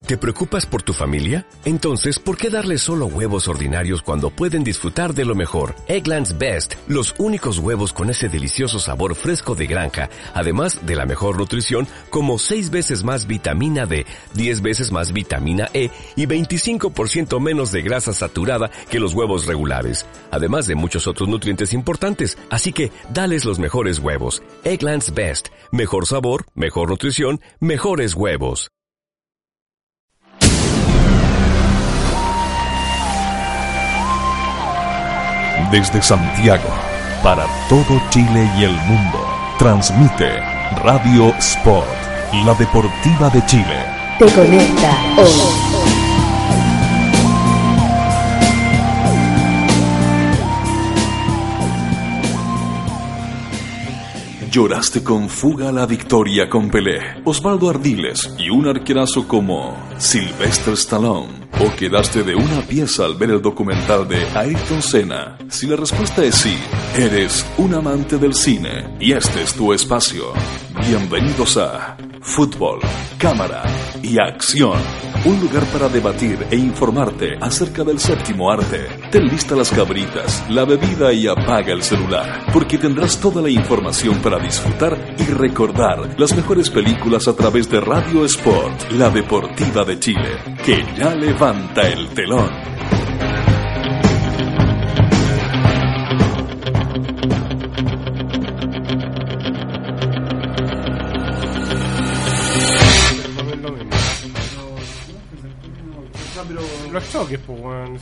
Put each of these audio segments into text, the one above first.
¿Te preocupas por tu familia? Entonces, ¿por qué darles solo huevos ordinarios cuando pueden disfrutar de lo mejor? Eggland's Best, los únicos huevos con ese delicioso sabor fresco de granja, además de la mejor nutrición, como 6 veces más vitamina D, 10 veces más vitamina E y 25% menos de grasa saturada que los huevos regulares, además de muchos otros nutrientes importantes. Así que, dales los mejores huevos. Eggland's Best, mejor sabor, mejor nutrición, mejores huevos. Desde Santiago, para todo Chile y el mundo, transmite Radio Sport, la deportiva de Chile. Te conecta hoy. Lloraste con Fuga a la victoria con Pelé, Osvaldo Ardiles y un arquerazo como Sylvester Stallone. ¿O quedaste de una pieza al ver el documental de Ayrton Senna? Si la respuesta es sí, eres un amante del cine y este es tu espacio. Bienvenidos a Fútbol, Cámara y Acción. Un lugar para debatir e informarte acerca del séptimo arte. Ten lista las cabritas, la bebida y apaga el celular, porque tendrás toda la información para disfrutar y recordar las mejores películas a través de Radio Sport, la deportiva de Chile, que ya levanta el telón. Los choques, pues, weón.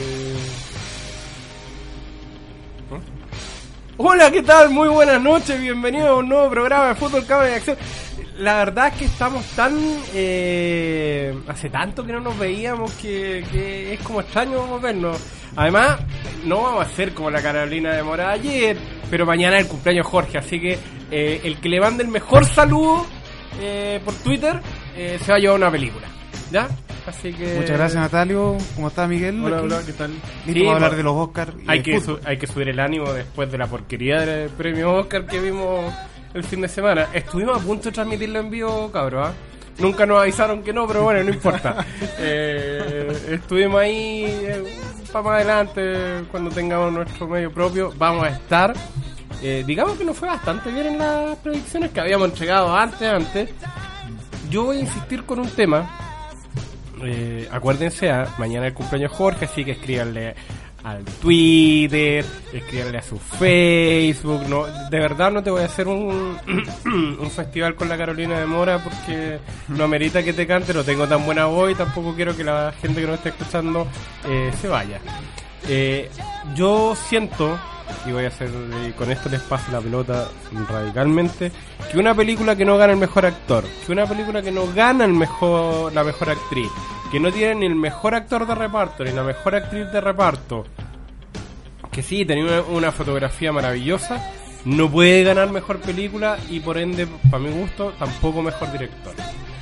Hola, ¿qué tal? Muy buenas noches, bienvenidos a un nuevo programa de Fútbol, Cámara y Acción. La verdad es que estamos tan... hace tanto que no nos veíamos que es como extraño vernos. Además, no vamos a hacer como la Carolina de Mora ayer, pero mañana es el cumpleaños Jorge, así que el que le mande el mejor saludo por Twitter se va a llevar una película, ¿ya? Así que... Muchas gracias, Natalio. ¿Cómo está, Miguel? Hola, hola, ¿qué tal? Vamos a hablar de los Oscars. Hay que subir el ánimo después de la porquería del premio Oscar que vimos el fin de semana. Estuvimos a punto de transmitirlo en vivo, cabros, ¿eh? Nunca nos avisaron que no, pero bueno, no importa. Estuvimos ahí para más adelante, cuando tengamos nuestro medio propio, vamos a estar. Digamos que nos fue bastante bien en las predicciones que habíamos entregado antes. Yo voy a insistir con un tema. Acuérdense, mañana el cumpleaños Jorge, así que escríbanle al Twitter, escríbanle a su Facebook. No, de verdad no te voy a hacer un festival con la Carolina de Mora porque no amerita que te cante, no tengo tan buena voz y tampoco quiero que la gente que nos esté escuchando se vaya. Yo siento, y voy a hacer con esto les paso la pelota radicalmente, que una película que no gana el mejor actor, que una película que no gana la mejor actriz, que no tiene ni el mejor actor de reparto ni la mejor actriz de reparto, que sí tenía una fotografía maravillosa, no puede ganar mejor película y por ende, para mi gusto, tampoco mejor director.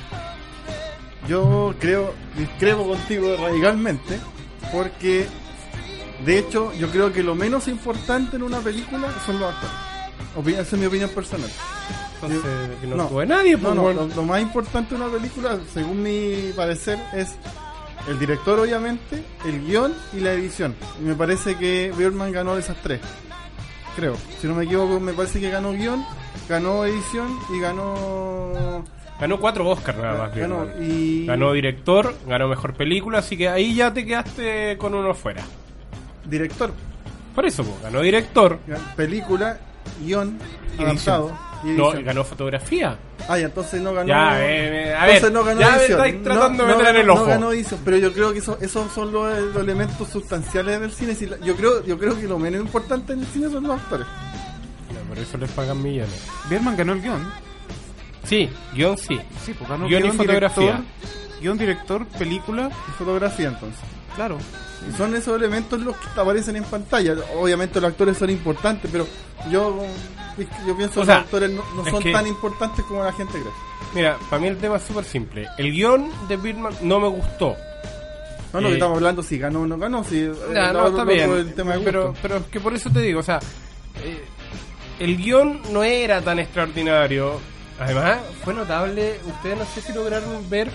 Yo discrepo contigo radicalmente, porque de hecho yo creo que lo menos importante en una película son los actores. Esa es mi opinión personal. Entonces, que no tuve nadie. Pues, lo más importante de una película, según mi parecer, es el director, obviamente, el guión y la edición. Y me parece que Birdman ganó de esas tres. Creo. Si no me equivoco, me parece que ganó guión, ganó edición y ganó 4 Oscars nada más. Ganó director, ganó mejor película, así que ahí ya te quedaste con uno fuera. Director. Por eso, pues, ganó director. Película, guión, y adaptado. No, ganó fotografía. Entonces no ganó. Ya, a ver, no ganó ya edición. me estáis tratando de meter en el ojo. No ganó edición, pero yo creo que esos son los elementos sustanciales del cine. Yo creo que lo menos importante en el cine son los actores. No, por eso les pagan millones. Birdman ganó el guión. Sí, guión sí. Sí, pues ganó guión y fotografía. Guión, director, película y fotografía, entonces. Claro. Y son esos elementos los que aparecen en pantalla. Obviamente los actores son importantes, pero yo pienso que los actores no son tan importantes como la gente cree. Mira, para mí el tema es súper simple. El guión de Birdman no me gustó. No, que estamos hablando si ganó o no ganó. Si, no, está bien. El tema de pero es que por eso te digo, o sea, el guión no era tan extraordinario. Además, fue notable. Ustedes no sé si lograron ver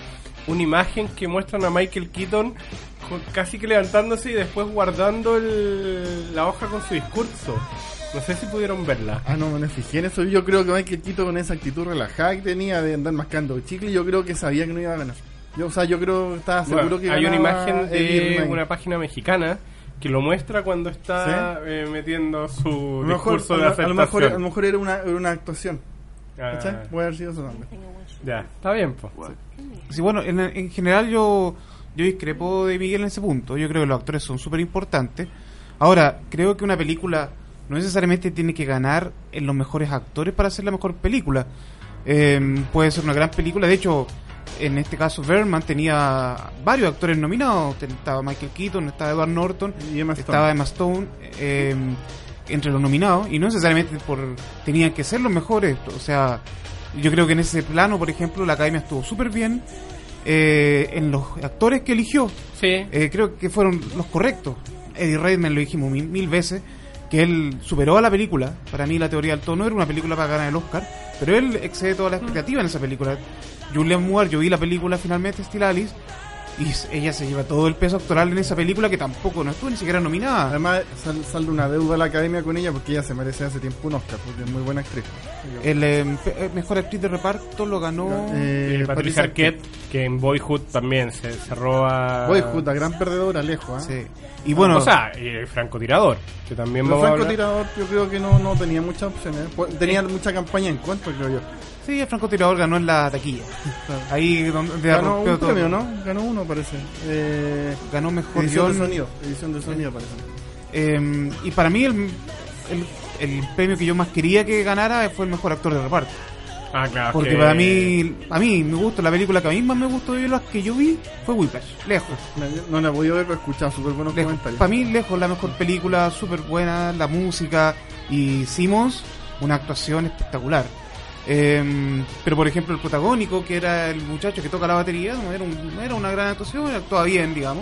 una imagen que muestran a Michael Keaton casi que levantándose y después guardando la hoja con su discurso. No sé si pudieron verla. No me fijé en eso. Yo creo que Michael Keaton, con esa actitud relajada que tenía de andar mascando chicle, yo creo que sabía que no iba a ganar. Yo creo que estaba seguro que hay una ganaba imagen de Eddie Redmayne. una página mexicana que lo muestra cuando está metiendo su discurso de aceptación. A lo mejor era una actuación. Ah, Puede haber sido eso también. ya, está bien, pues. Sí, bueno, en general yo discrepo de Miguel en ese punto. Yo creo que los actores son súper importantes. Ahora, creo que una película no necesariamente tiene que ganar en los mejores actores para ser la mejor película. Puede ser una gran película. De hecho, en este caso Birdman tenía varios actores nominados. Estaba Michael Keaton, estaba Edward Norton, y estaba Emma Stone entre los nominados, y no necesariamente tenían que ser los mejores. O sea, yo creo que en ese plano, por ejemplo, la Academia estuvo súper bien en los actores que eligió. Sí. Creo que fueron los correctos. Eddie Redmayne, lo dijimos mil veces, que él superó a la película. Para mí La teoría del todo no era una película para ganar el Oscar, pero él excede toda la expectativa en esa película. Julianne Moore, yo vi la película finalmente, Still Alice, y ella se lleva todo el peso actoral en esa película, que tampoco no estuvo ni siquiera nominada. Además sale una deuda a la Academia con ella, porque ella se merece hace tiempo un Oscar, porque es muy buena actriz. El mejor actriz de reparto lo ganó Patricia Arquette, que en Boyhood también se roba. Boyhood, la gran perdedora, lejos. Sí. Y bueno, o sea, y el francotirador, que también el vamos a hablar. francotirador yo creo que no tenía muchas opciones. Tenía mucha campaña en contra, creo yo. sí, el francotirador ganó en la taquilla. Claro. Ahí donde Ganó rompió un todo. premio, ¿no? Ganó uno, parece. Ganó mejor Edición guión. de sonido. Edición de sonido, parece. Y para mí el premio que yo más quería que ganara fue el mejor actor de reparto. Ah, claro. Porque para mí, a mí me gusta la película que a mí más me gustó de las que yo vi fue Whiplash, lejos. No la he podido ver, pero he escuchado súper buenos comentarios. Para mí, lejos, la mejor película, súper buena, la música, y Simmons, una actuación espectacular. Pero por ejemplo el protagónico, que era el muchacho que toca la batería, no era una gran actuación, actuaba bien, digamos.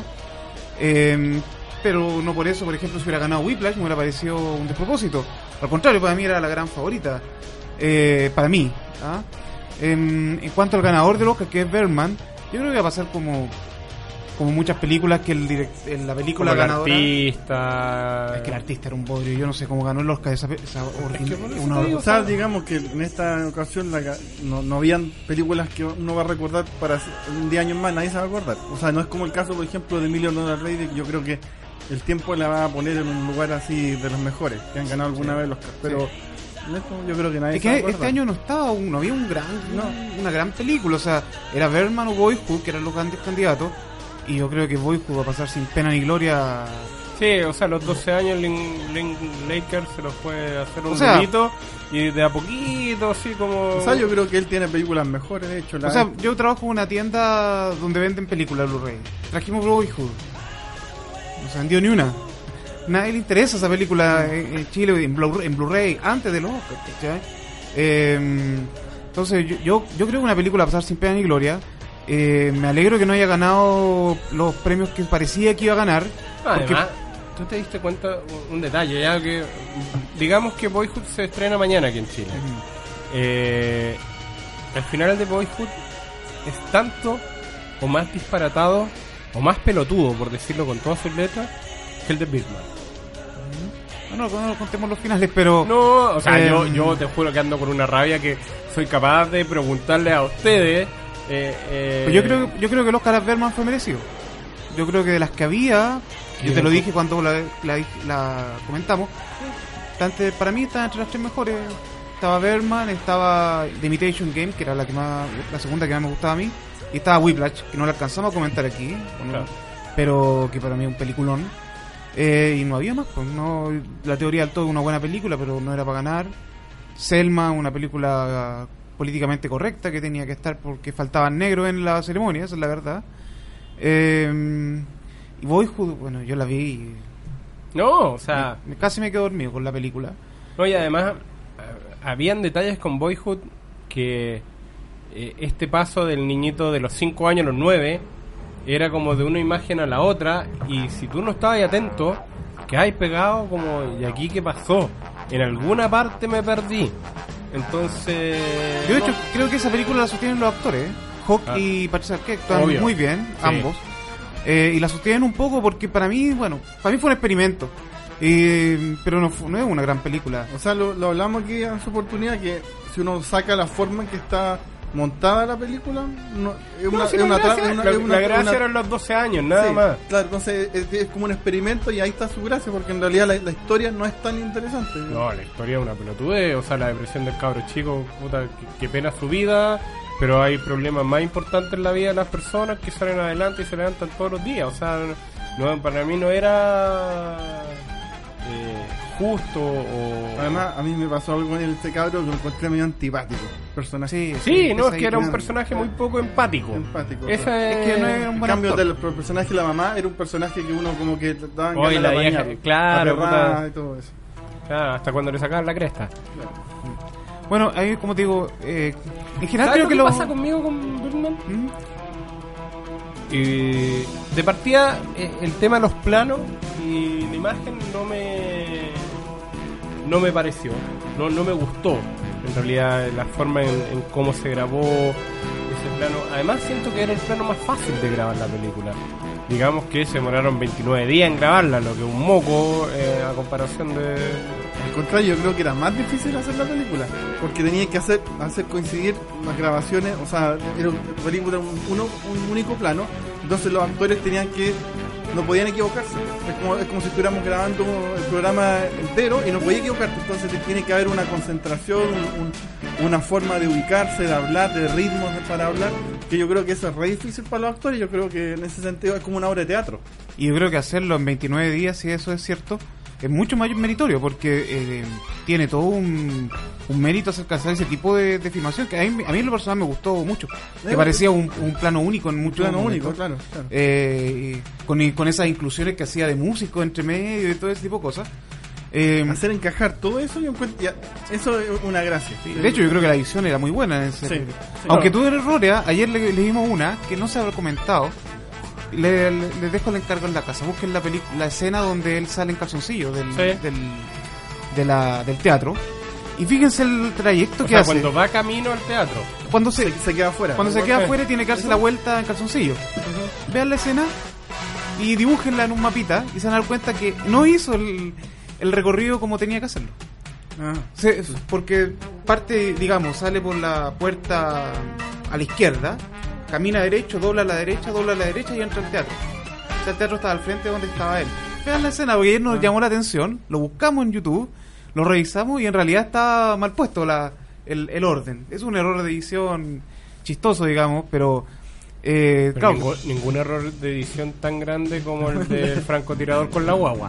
Pero no por eso, por ejemplo, si hubiera ganado Whiplash me hubiera parecido un despropósito. Al contrario, para mí era la gran favorita. Para mí. ¿Ah? En cuanto al ganador del Oscar, que es Birdman, yo creo que va a pasar como muchas películas, que en la película como el ganadora. artista. Es que el artista era un bodrio, yo no sé cómo ganó el Oscar esa O sea, digamos que en esta ocasión no habían películas que uno va a recordar para un 10 años más, nadie se va a acordar. O sea, no es como el caso, por ejemplo, de Million Dollar Lady, que yo creo que el tiempo la va a poner en un lugar así de los mejores, que han ganado alguna vez el Oscar. Pero en esto yo creo que nadie es se va a que acordar. este año no había una gran película, o sea, era Birdman o Boyhood, que eran los grandes candidatos, y yo creo que Boyhood va a pasar sin pena ni gloria. Sí, o sea, los 12 años Lakers se los puede hacer un O sea, delito, y de a poquito, así como. O sea, yo creo que él tiene películas mejores, de hecho. O sea, yo trabajo en una tienda donde venden películas Blu-ray. Trajimos Boyhood, no se vendió ni una. Nadie le interesa esa película en Chile en Blu-ray antes de los Oscars, ¿cachai? Entonces yo creo que una película va a pasar sin pena ni gloria. Me alegro que no haya ganado los premios que parecía que iba a ganar. Además, tú te diste cuenta un detalle, ya que digamos que Boyhood se estrena mañana aquí en Chile. El final de Boyhood es tanto o más disparatado o más pelotudo, por decirlo con todas sus letras, que el de Birdman. No contemos los finales, pero no, o sea, yo te juro que ando con una rabia que soy capaz de preguntarle a ustedes. Pues yo creo que el Oscar a Birdman fue merecido. Yo creo que de las que había, yo te lo dije cuando la comentamos, para mí estaban entre las tres mejores. Estaba Birdman, estaba The Imitation Game, que era la segunda que más me gustaba a mí, y estaba Whiplash, que no la alcanzamos a comentar aquí, claro, pero que para mí es un peliculón. Y no había más, pues no. La teoría del todo es una buena película, pero no era para ganar. Selma, una película políticamente correcta, que tenía que estar porque faltaban negros en la ceremonia, esa es la verdad. Y Boyhood, bueno, yo la vi y no, o sea, casi me quedo dormido con la película. No, y además habían detalles con Boyhood que este paso del niñito de los 5 años a los 9 era como de una imagen a la otra, y si tú no estabas atento, quedabas pegado como, ¿y aquí qué pasó? En alguna parte me perdí. Entonces... Yo de hecho creo que esa película la sostienen los actores, Hawk y Patricia Arquette actúan Obvio. muy bien, Sí. ambos. Y la sostienen un poco porque para mí fue un experimento. Pero no es una gran película. O sea, lo hablamos aquí en su oportunidad, que si uno saca la forma en que está montada la película, La gracia eran los 12 años, nada sí, más. Claro, entonces es como un experimento y ahí está su gracia, porque en realidad la historia no es tan interesante. No, la historia es una pelotudez, o sea, la depresión del cabro chico, puta, qué pena su vida, pero hay problemas más importantes en la vida de las personas que salen adelante y se levantan todos los días, o sea, no, para mí no era justo o... Además, a mí me pasó algo con este cabro que lo encontré medio antipático. Personaje. Sí, no, es ahí que era un quedando. personaje muy poco empático. Empático. Esa Es que no es un En buen cambio, actor. del personaje de la mamá era un personaje que uno como que daban Oye, ganas la de vieja, apañar, claro, aperrada puta. y todo eso. Claro, hasta cuando le sacaban la cresta. Bueno, ahí como te digo, en general ¿Sabes creo lo que que lo pasa conmigo con Birdman? ¿Mm? De partida, el tema de los planos y la imagen no me pareció, no me gustó en realidad la forma en cómo se grabó ese plano. Además siento que era el plano más fácil de grabar la película. Digamos que se demoraron 29 días en grabarla, lo que es un moco a comparación de... Al contrario, yo creo que era más difícil hacer la película, porque tenía que hacer coincidir las grabaciones, o sea, era una película un único plano, entonces los actores no podían equivocarse. Es como si estuviéramos grabando el programa entero y no podía equivocarse, entonces tiene que haber una concentración, una forma de ubicarse, de hablar, de ritmos para hablar, que yo creo que eso es re difícil para los actores. Yo creo que en ese sentido es como una obra de teatro. Y yo creo que hacerlo en 29 días, si eso es cierto, es mucho más meritorio, porque tiene todo un mérito alcanzar ese tipo de filmación, que a mí en lo personal me gustó mucho, que parecía un plano único en muchos Plano momentos. único, claro. Con esas inclusiones que hacía de músicos entre medio y todo ese tipo de cosas. Hacer encajar todo eso, yo encuentro, eso es una gracia. De hecho, yo creo que la edición era muy buena en ese Sí, sentido. sí. Aunque tuve errores, ayer le dimos una que no se habrá comentado. Les dejo el encargo en la casa. Busquen la escena donde él sale en calzoncillo del teatro. Y fíjense el trayecto O que sea, hace. cuando va camino al teatro. Cuando se queda afuera. Cuando se queda afuera tiene que darse la vuelta en calzoncillo. Vean la escena y dibújenla en un mapita y se van a dar cuenta que no hizo el recorrido como tenía que hacerlo. Porque parte, digamos, sale por la puerta a la izquierda, camina derecho, dobla a la derecha y entra al teatro. O sea, el teatro estaba al frente de donde estaba él. Vean la escena, porque ayer nos llamó la atención, lo buscamos en YouTube, lo revisamos y en realidad está mal puesto el orden. Es un error de edición chistoso, digamos, pero claro, ningún error de edición tan grande como el del francotirador con la guagua.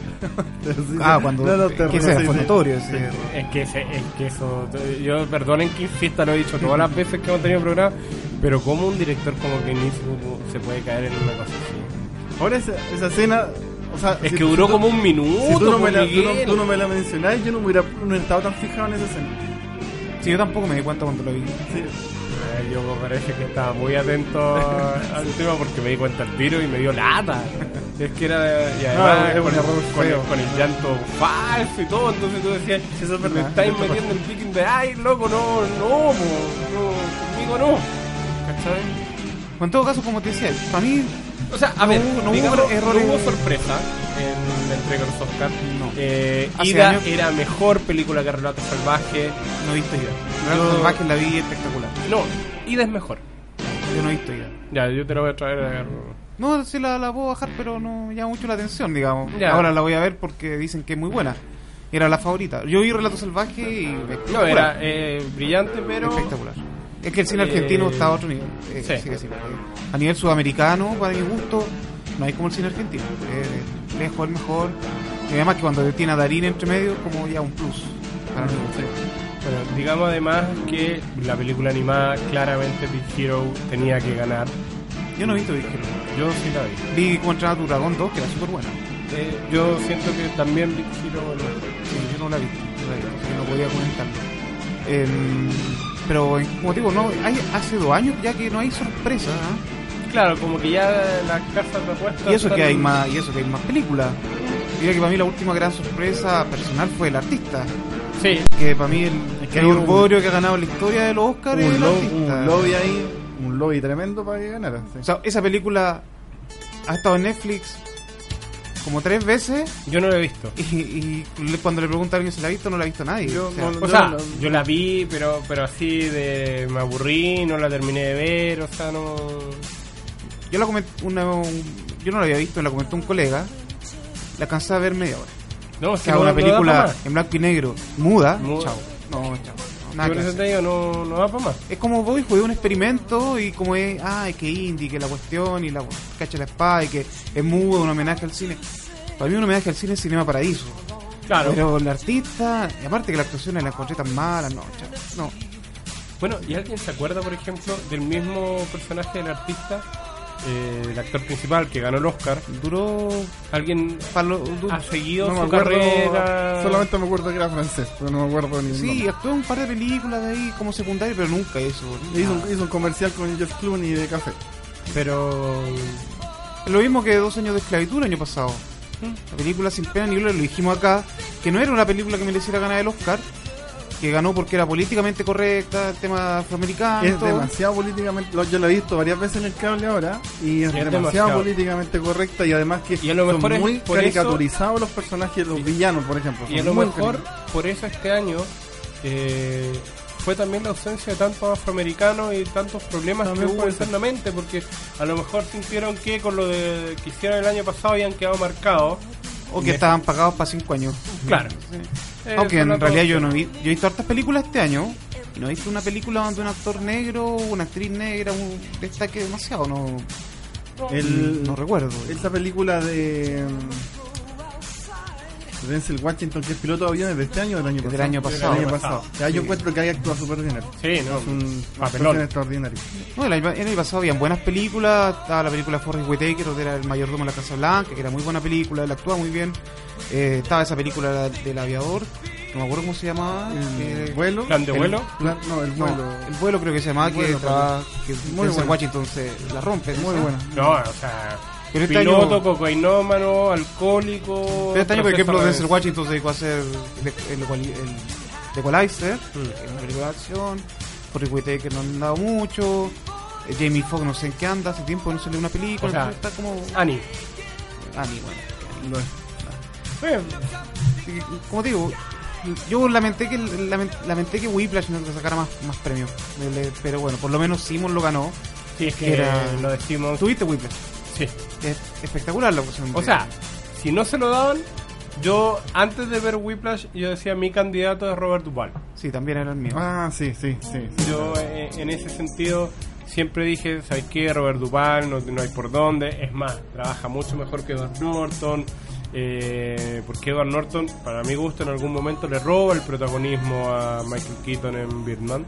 cuando te que sea notorio. Es que eso, yo perdonen que insista, lo he dicho todas las veces que hemos tenido programa, pero como un director como que ni se puede caer en una cosa así. Ahora esa escena, o sea, Es que duró como un minuto. Si tú no me Miguel. tú no me la mencionás, yo no hubiera estado tan fijado en esa escena. Sí, yo tampoco me di cuenta cuando lo vi. Sí. Yo me parece que estaba muy atento al tema porque me di cuenta al tiro y me dio lata. Es que era... Y además es un error feo. con el llanto falso y todo, entonces tú decías, Eso es me verdad. estáis metiendo el picking de ay, loco, no, conmigo no. ¿Cachai? En todo caso, como te decía, para mí O sea, a ver, no digamos, hubo errores. no hubo sorpresa en la entrega de los Oscars. No. Hace Ida años- era mejor película que Relatos Salvajes. no he visto ya. Relatos Salvajes la vi espectacular. No, Ida es mejor. Yo no he visto ya. Ya, yo te lo voy a traer. No, sí la puedo bajar, pero no llama mucho la atención, digamos. Ya. Ahora la voy a ver porque dicen que es muy buena. Era la favorita. Yo vi Relatos Salvajes y... No, era brillante, pero... espectacular. Es que el cine argentino está a otro nivel. Sí. Sí, sí. A nivel sudamericano, para mi gusto, no hay como el cine argentino. Lejos el mejor. Y además que cuando tiene a Darín entre medio, como ya un plus para mí. Bueno, digamos además que la película animada, claramente Big Hero tenía que ganar. Yo no he visto Big Hero. Yo sí la vi. Vi Cómo entrenar a tu dragón 2, que era súper buena. Yo siento que también Big Hero... Sí, yo no la vi. Así que no podía comentarlo. Pero, como digo, no, hace 2 años ya que no hay sorpresa. Claro, como que ya las casas de apuestas... Y eso que hay están- más, películas. Diría que para mí la última gran sorpresa personal fue El Artista. Sí, Que para mí el que hay un- orgullo que ha ganado la historia de los Oscars es El Artista. Un lobby ahí. un lobby tremendo para que ganara. Sí. O sea, esa película ha estado en Netflix como 3 veces Yo no lo he visto. y cuando le pregunta a alguien si la ha visto, no la ha visto nadie. Yo O sea, no- O sea, yo la vi, pero así de... Me aburrí, no la terminé de ver, o sea, no... yo la comenté, yo no la había visto, la comentó un colega, la cansé de ver media hora. No, O si sea, no, una no da película pa' más. en blanco y negro, muda, Muda. chao. No, chao. No, Yo nada por que eso hacer. te digo, no da para más. Es como voy, jugué un experimento y como es, es que indie, que la cuestión y la cacha la espada y que es mudo, un homenaje al cine. Para mí un homenaje al cine es Cinema Paradiso. Claro. Pero el artista, y aparte que la actuación la encontré tan mala, no, chao, no. Bueno, ¿y alguien se acuerda, por ejemplo, del mismo personaje del artista, el actor principal que ganó el Oscar? Duró ¿Alguien ha seguido no me su acuerdo, carrera? solamente me acuerdo que era francés, pero no me acuerdo ni el Sí, nombre. actuó en un par de películas de ahí como secundario, pero nunca eso. Hizo un comercial con George Clooney de café. Pero... Lo mismo que 2 años de esclavitud el año pasado. La película Sin Pena ni Gloria, lo dijimos acá, que no era una película que mereciera ganar el Oscar, que ganó porque era políticamente correcta, el tema afroamericano. Es todo. demasiado políticamente, yo la he visto varias veces en el cable ahora y es demasiado demasiado. políticamente correcta y además que Y a lo son mejor es muy por caricaturizados los personajes, los villanos, por ejemplo. Y a son lo muy mejor, por eso este año, fue también la ausencia de tantos afroamericanos y tantos problemas También que hubo puede ser. internamente, porque a lo mejor sintieron que con lo que hicieron el año pasado habían quedado marcados. O que estaban pagados para 5 años. Claro. Aunque Eso en realidad yo no no vi, yo he visto hartas películas este año y no he visto una película donde un actor negro, una actriz negra destaque demasiado, no recuerdo. Esta película de Denzel Washington, que es piloto de aviones de este año o del año pasado. Del año pasado. Del año pasado. Ya, yo encuentro que ahí actúa súper bien. Sí, no, Es un papelón. actuación extraordinario. No, el año pasado habían buenas películas, estaba la película Forrest Whitaker, donde era el mayordomo de la Casa Blanca, que era muy buena película, él actúa muy bien. Estaba esa película del aviador, no me acuerdo cómo se llamaba. El vuelo. ¿Plan de vuelo? No, el No, vuelo. el vuelo creo que se llamaba, El vuelo, que muy Denzel bueno. Washington se la rompe. Muy ¿no? buena. No, o sea, Pero este piloto, año- cocainómano, alcohólico... Pero este año, por ejemplo, proceso Denzel de- Washington se dedicó a hacer el Equalizer, que es una película de acción. Forrest Whitaker no han dado mucho. Jamie Foxx no sé en qué anda, hace tiempo no se lee una película. O sea, entonces está como... Annie. Annie, bueno. Lo es. Así que, como digo, yo lamenté que Whiplash no le sacara más premios. Pero bueno, por lo menos Simon lo ganó. Sí, es que lo decimos... ¿Tuviste Whiplash? Sí. Es espectacular la cuestión. O sea, si no se lo daban, yo antes de ver Whiplash, yo decía mi candidato es Robert Duvall. Sí, también era el mío. Ah, sí. Yo en ese sentido siempre dije, ¿sabes qué? Robert Duvall, no hay por dónde. Es más, trabaja mucho mejor que Edward Norton. Porque Edward Norton, para mi gusto, en algún momento le roba el protagonismo a Michael Keaton en Birdman.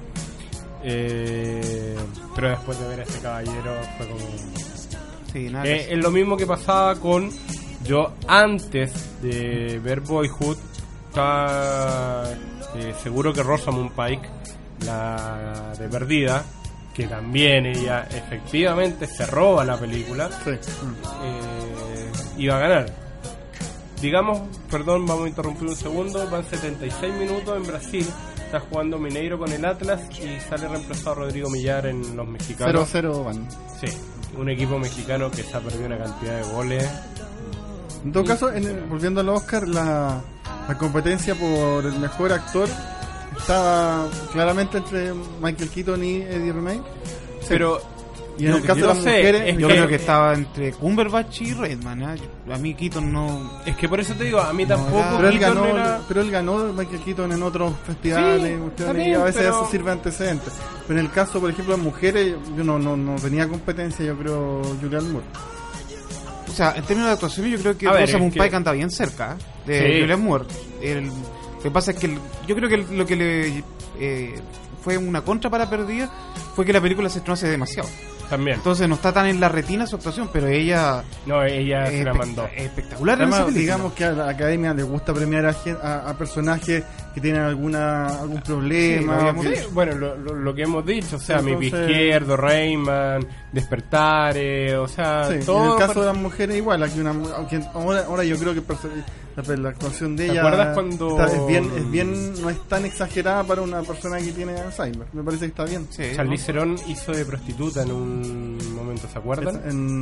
Pero después de ver a este caballero fue como... Sí, nada que hacer. es lo mismo que pasaba con... Yo antes de ver Boyhood estaba seguro que Rosamund Pike, la de Perdida, que también ella efectivamente se roba la película, Sí. iba a ganar. Digamos, perdón, vamos a interrumpir un segundo, van 76 minutos en Brasil, está jugando Mineiro con el Atlas y sale reemplazado Rodrigo Millar en los mexicanos. 0-0 van. Sí, un equipo mexicano que se ha perdido una cantidad de goles. En todo caso, volviendo al Oscar, la competencia por el mejor actor estaba claramente entre Michael Keaton y Eddie Redmayne. Pero Y en el caso yo de las no sé, mujeres, es Yo que- creo que estaba entre Cumberbatch y Redman. A mí Keaton no... es que por eso te digo, a mí tampoco pero él Keaton ganó, era- Michael Keaton en otros festivales, Sí, cuestiones, está bien, y a veces pero- eso sirve de antecedente. Pero en el caso, por ejemplo, de mujeres, yo no tenía competencia, yo creo, Julianne Moore. O sea, en términos de actuación yo creo que A ver, Rosamund es que- Pike anda bien cerca de Sí. Julianne Moore. Lo que pasa es que yo creo que lo que le fue una contra para Perdida fue que la película se estrenó hace demasiado. también. Entonces no está tan en la retina su actuación, pero ella No, ella se la mandó. es espectacular en esa Además, película. digamos que a la academia le gusta premiar a personajes que tienen algún Sí, lo problema. habíamos que- Sí, bueno, lo que hemos dicho, o sea, mi pie Entonces- izquierdo, Rayman, Despertares, o sea, Sí, todo. en el caso de las mujeres igual, aquí aunque ahora yo creo que la actuación de ¿Te ella acuerdas cuando- es bien, no es tan exagerada para una persona que tiene Alzheimer. Me parece que está bien. Sí, Charlize Theron hizo de prostituta en un momento, ¿se acuerdan?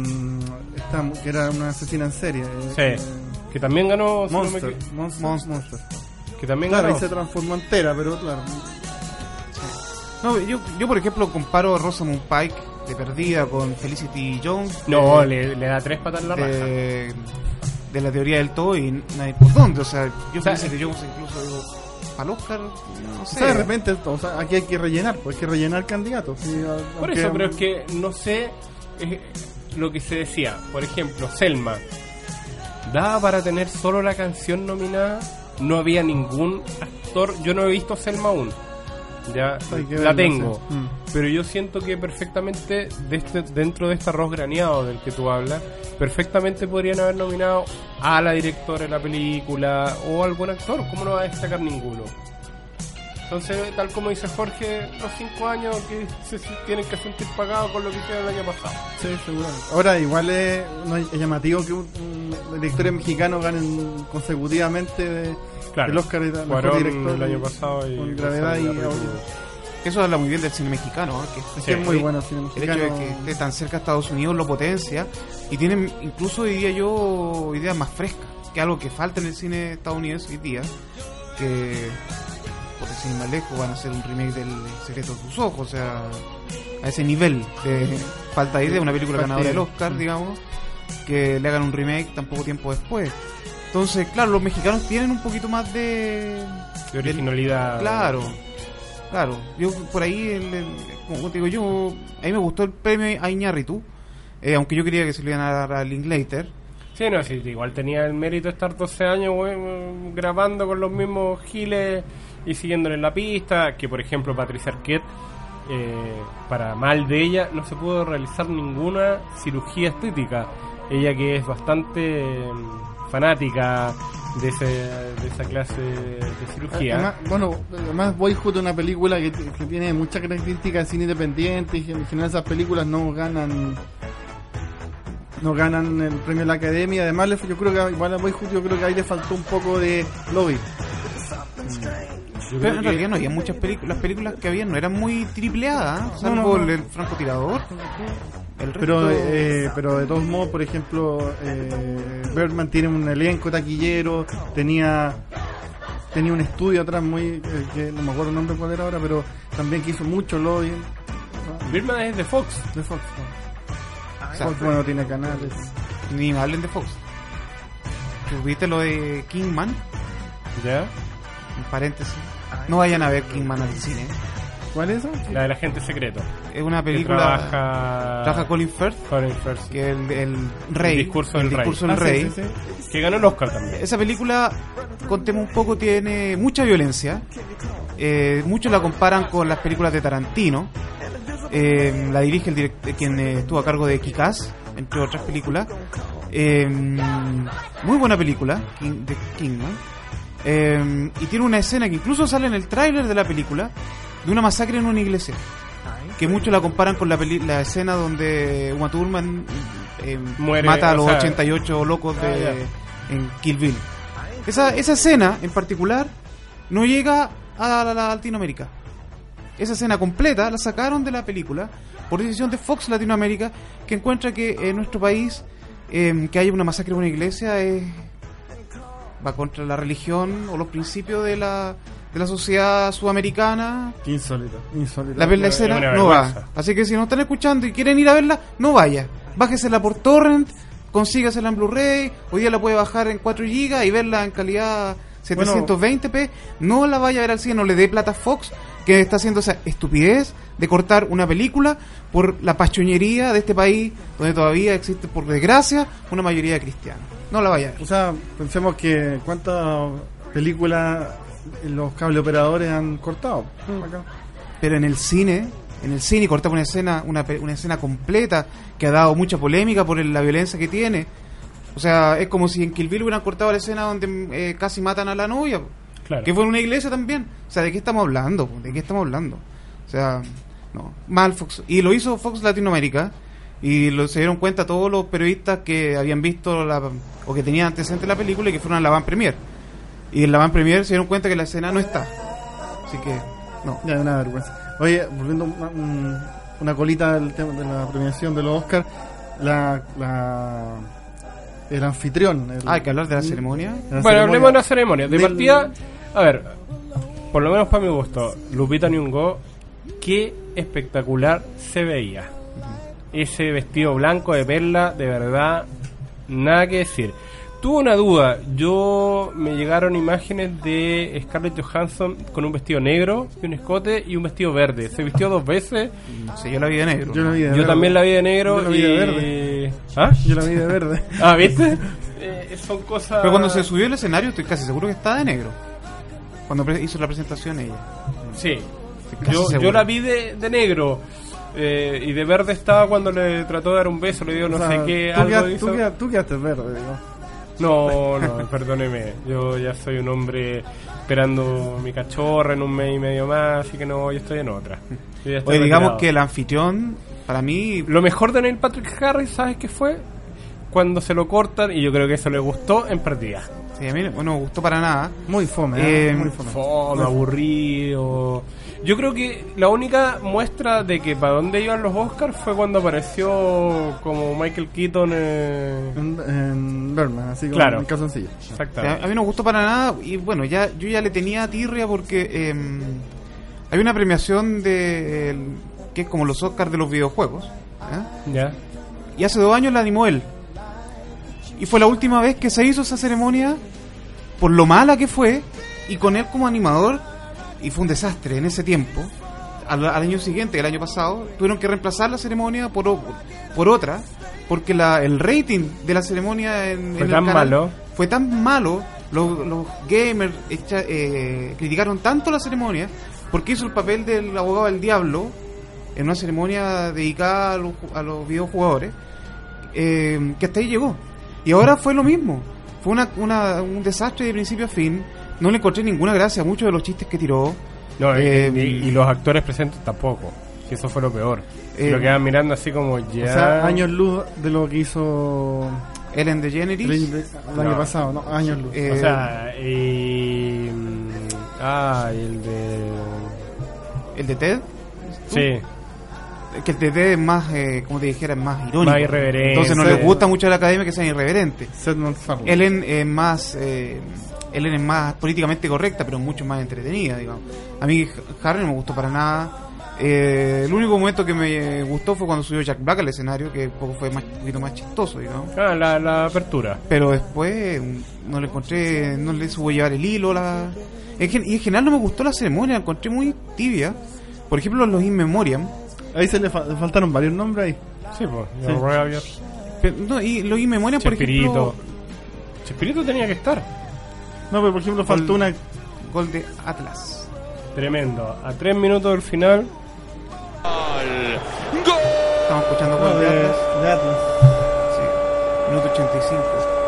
Que era una asesina en serie. Sí, que también ganó, si no me Monster, equivoco, Monster. que también Claro, ganó. ahí se transformó entera, pero claro. No, yo por ejemplo comparo a Rosamund Pike de Perdida con Felicity Jones. No, de, le da 3 patas en la raja. de la teoría del todo y nadie por dónde. O sea, yo O sea, Felicity Jones incluso digo, para el Oscar, no O sé. sea, de repente, aquí hay que rellenar, pues hay que rellenar candidatos. Sí, Por aunque- eso, pero es que no sé lo que se decía. Por ejemplo, Selma. ¿Daba para tener solo la canción nominada? No había ningún actor. Yo no he visto Selma aún. Ya Hay que la verlo, tengo. sí. Pero yo siento que perfectamente dentro de este arroz graneado del que tú hablas, perfectamente podrían haber nominado a la directora de la película o a algún actor. ¿Cómo no va a destacar ninguno? Entonces, tal como dice Jorge, los 5 años que se tienen que sentir pagados con lo que hicieron el año pasado. Sí, seguramente. Ahora, igual es llamativo que un directores mexicanos ganen consecutivamente Claro, el Oscar de mejor Cuarón director el año pasado y con Gravedad y Rosario Audio. Eso habla muy bien del cine mexicano, ¿eh? Que Es que es muy bueno el cine el mexicano. hecho de que esté tan cerca a Estados Unidos lo potencia y tienen incluso, diría yo, ideas más frescas, que algo que falta en el cine estadounidense hoy día, que por decir más lejos van a hacer un remake del Secreto de tus ojos, o sea, a ese nivel de falta ahí de una película Falta ganadora del de- Oscar, digamos, que le hagan un remake tan poco tiempo después. Entonces, claro, los mexicanos tienen un poquito más de originalidad. Claro, yo por ahí, como te digo yo, a mí me gustó el premio a Iñárritu, aunque yo quería que se lo iban a dar a Linklater. Sí, no, sí, igual tenía el mérito de estar 12 años grabando con los mismos giles y siguiéndole en la pista, que por ejemplo Patricia Arquette, para mal de ella, no se pudo realizar ninguna cirugía estética. Ella que es bastante fanática de esa clase de cirugía. Además Boyhood es una película que tiene muchas características de cine independiente y en general esas películas no ganan el premio de la Academia. Además yo creo que igual a Boyhood yo creo que ahí le faltó un poco de lobby. Yo Pero creo en que- realidad no había muchas películas, las películas que habían no eran muy triple A, salvo no. el francotirador. El Pero resto- pero de todos modos, por ejemplo, Birdman tiene un elenco taquillero, tenía un estudio atrás muy que no me acuerdo el nombre cuál era ahora, pero también que hizo mucho lobby Birdman es de Fox. de Fox. o sea, Fox bueno tiene canales. ni me hablen de Fox. ¿Viste lo de Kingman? ¿Ya? En paréntesis. No vayan a ver Kingman al cine. ¿Cuál es esa? La del agente secreto. Es una Que película. trabaja Colin Firth, Colin Firth, que es el rey. El discurso del rey. discurso del Ah, sí, rey. sí, sí. que ganó el Oscar también. Esa película, contemos un poco, tiene mucha violencia. Muchos la comparan con las películas de Tarantino. La dirige el director, quien estuvo a cargo de Kick-Ass, entre otras películas. Muy buena película, de Kingman. Y tiene una escena que incluso sale en el tráiler de la película, de una masacre en una iglesia. Que muchos la comparan con la escena donde Uma Thurman Muere, mata a o los sea, 88 locos ya. en Kill Bill. Esa escena en particular no llega a la Latinoamérica. Esa escena completa la sacaron de la película por decisión de Fox Latinoamérica, que encuentra que en nuestro país que haya una masacre en una iglesia va contra la religión o los principios de la sociedad sudamericana. Insólito. La ver la Es escena una no va. vergüenza. Así que si nos están escuchando y quieren ir a verla, no vaya. Bájesela por torrent, consígasela en Blu-ray. Hoy día la puede bajar en 4 GB y verla en calidad 720p. No la vaya a ver al cine, no le dé plata a Fox, que está haciendo esa estupidez de cortar una película por la pachoñería de este país, donde todavía existe, por desgracia, una mayoría de cristianos. No la vaya a ver. O sea, pensemos que cuántas películas los cable operadores han cortado acá. Pero en el cine cortaba una escena completa que ha dado mucha polémica por la violencia que tiene. O sea, es como si en Kill Bill hubieran cortado la escena donde casi matan a la novia, Claro. que fue en una iglesia también. O sea, ¿de qué estamos hablando? ¿De qué estamos hablando? O sea, no, mal Fox. Y lo hizo Fox Latinoamérica, Y se dieron cuenta todos los periodistas que habían visto o que tenían antecedentes de la película y que fueron a la van premier. Y en la van premier se dieron cuenta que la escena no está. Así que, no. Ya, una vergüenza. Oye, volviendo una colita del tema de la premiación de los Oscars, el anfitrión. Hay que hablar de la ceremonia. Bueno, hablemos de la ceremonia. De partida, a ver, por lo menos para mi gusto, Lupita Nyong'o, qué espectacular se veía. Ese vestido blanco de perla, de verdad, nada que decir. Tuve una duda, me llegaron imágenes de Scarlett Johansson con un vestido negro y un escote y un vestido verde. ¿Se vistió 2 veces? No sé, yo la vi de negro. Yo también la vi de negro. Yo la vi de verde. ¿Ah? Yo la vi de verde. Ah, ¿viste? Son cosas... Pero cuando se subió al escenario estoy casi seguro que estaba de negro. Cuando hizo la presentación ella. Sí, Casi yo la vi de negro. Y de verde estaba cuando le trató de dar un beso, le dio no sé qué, algo hizo. Tú quedaste verde, ¿no? No, perdóneme. Yo ya soy un hombre esperando mi cachorra en un mes y medio más, así que no, yo estoy en otra. Oye, digamos que el anfitrión, para mí... Lo mejor de Neil Patrick Harris, ¿sabes qué fue? Cuando se lo cortan, y yo creo que eso le gustó en partida. Sí, a mí no me gustó para nada. Muy fome, muy fome. Fome, aburrido. Yo creo que la única muestra de que para dónde iban los Oscars fue cuando apareció como Michael Keaton en Birdman, así como claro, en calzoncillo. Exactamente. A mí no me gustó para nada y bueno, yo ya le tenía tirria porque hay una premiación que es como los Oscars de los videojuegos. Ya. Y hace 2 años la animó él. Y fue la última vez que se hizo esa ceremonia por lo mala que fue y con él como animador. Y fue un desastre en ese tiempo. Al año siguiente, el año pasado, tuvieron que reemplazar la ceremonia por otra, porque el rating de la ceremonia fue tan malo. Fue tan malo, los gamers criticaron tanto la ceremonia, porque hizo el papel del abogado del diablo en una ceremonia dedicada a los videojugadores, que hasta ahí llegó. Y ahora fue lo mismo. Fue un desastre de principio a fin. No le encontré ninguna gracia a muchos de los chistes que tiró. No, y los actores presentes tampoco. Que eso fue lo peor. Lo quedaban mirando así como ya. O sea, años luz de lo que hizo Ellen DeGeneres el año pasado, no, años luz. O sea, el de Ted. Sí. Que el de Ted es más, como te dijera, es más irónico. Más irreverente. Entonces no le gusta mucho a la academia que sean irreverentes. Seth MacFarlane. Ellen es más políticamente correcta, pero mucho más entretenida, digamos. A mí Harry no me gustó para nada. El único momento que me gustó fue cuando subió Jack Black al escenario, que fue un poquito más chistoso, digamos. La apertura. Pero después no le encontré, no le supo llevar el hilo. Y en general no me gustó la ceremonia, la encontré muy tibia. Por ejemplo, los In Memoriam. Ahí se le faltaron varios nombres ahí. Sí, pues. Y los In Memoriam, por ejemplo... Chespirito tenía que estar. No, pero por ejemplo faltó una... Gol de Atlas. Tremendo. A 3 minutos del final... ¡Gol! Estamos escuchando gol de Atlas. De Atlas. Sí. Minuto 85.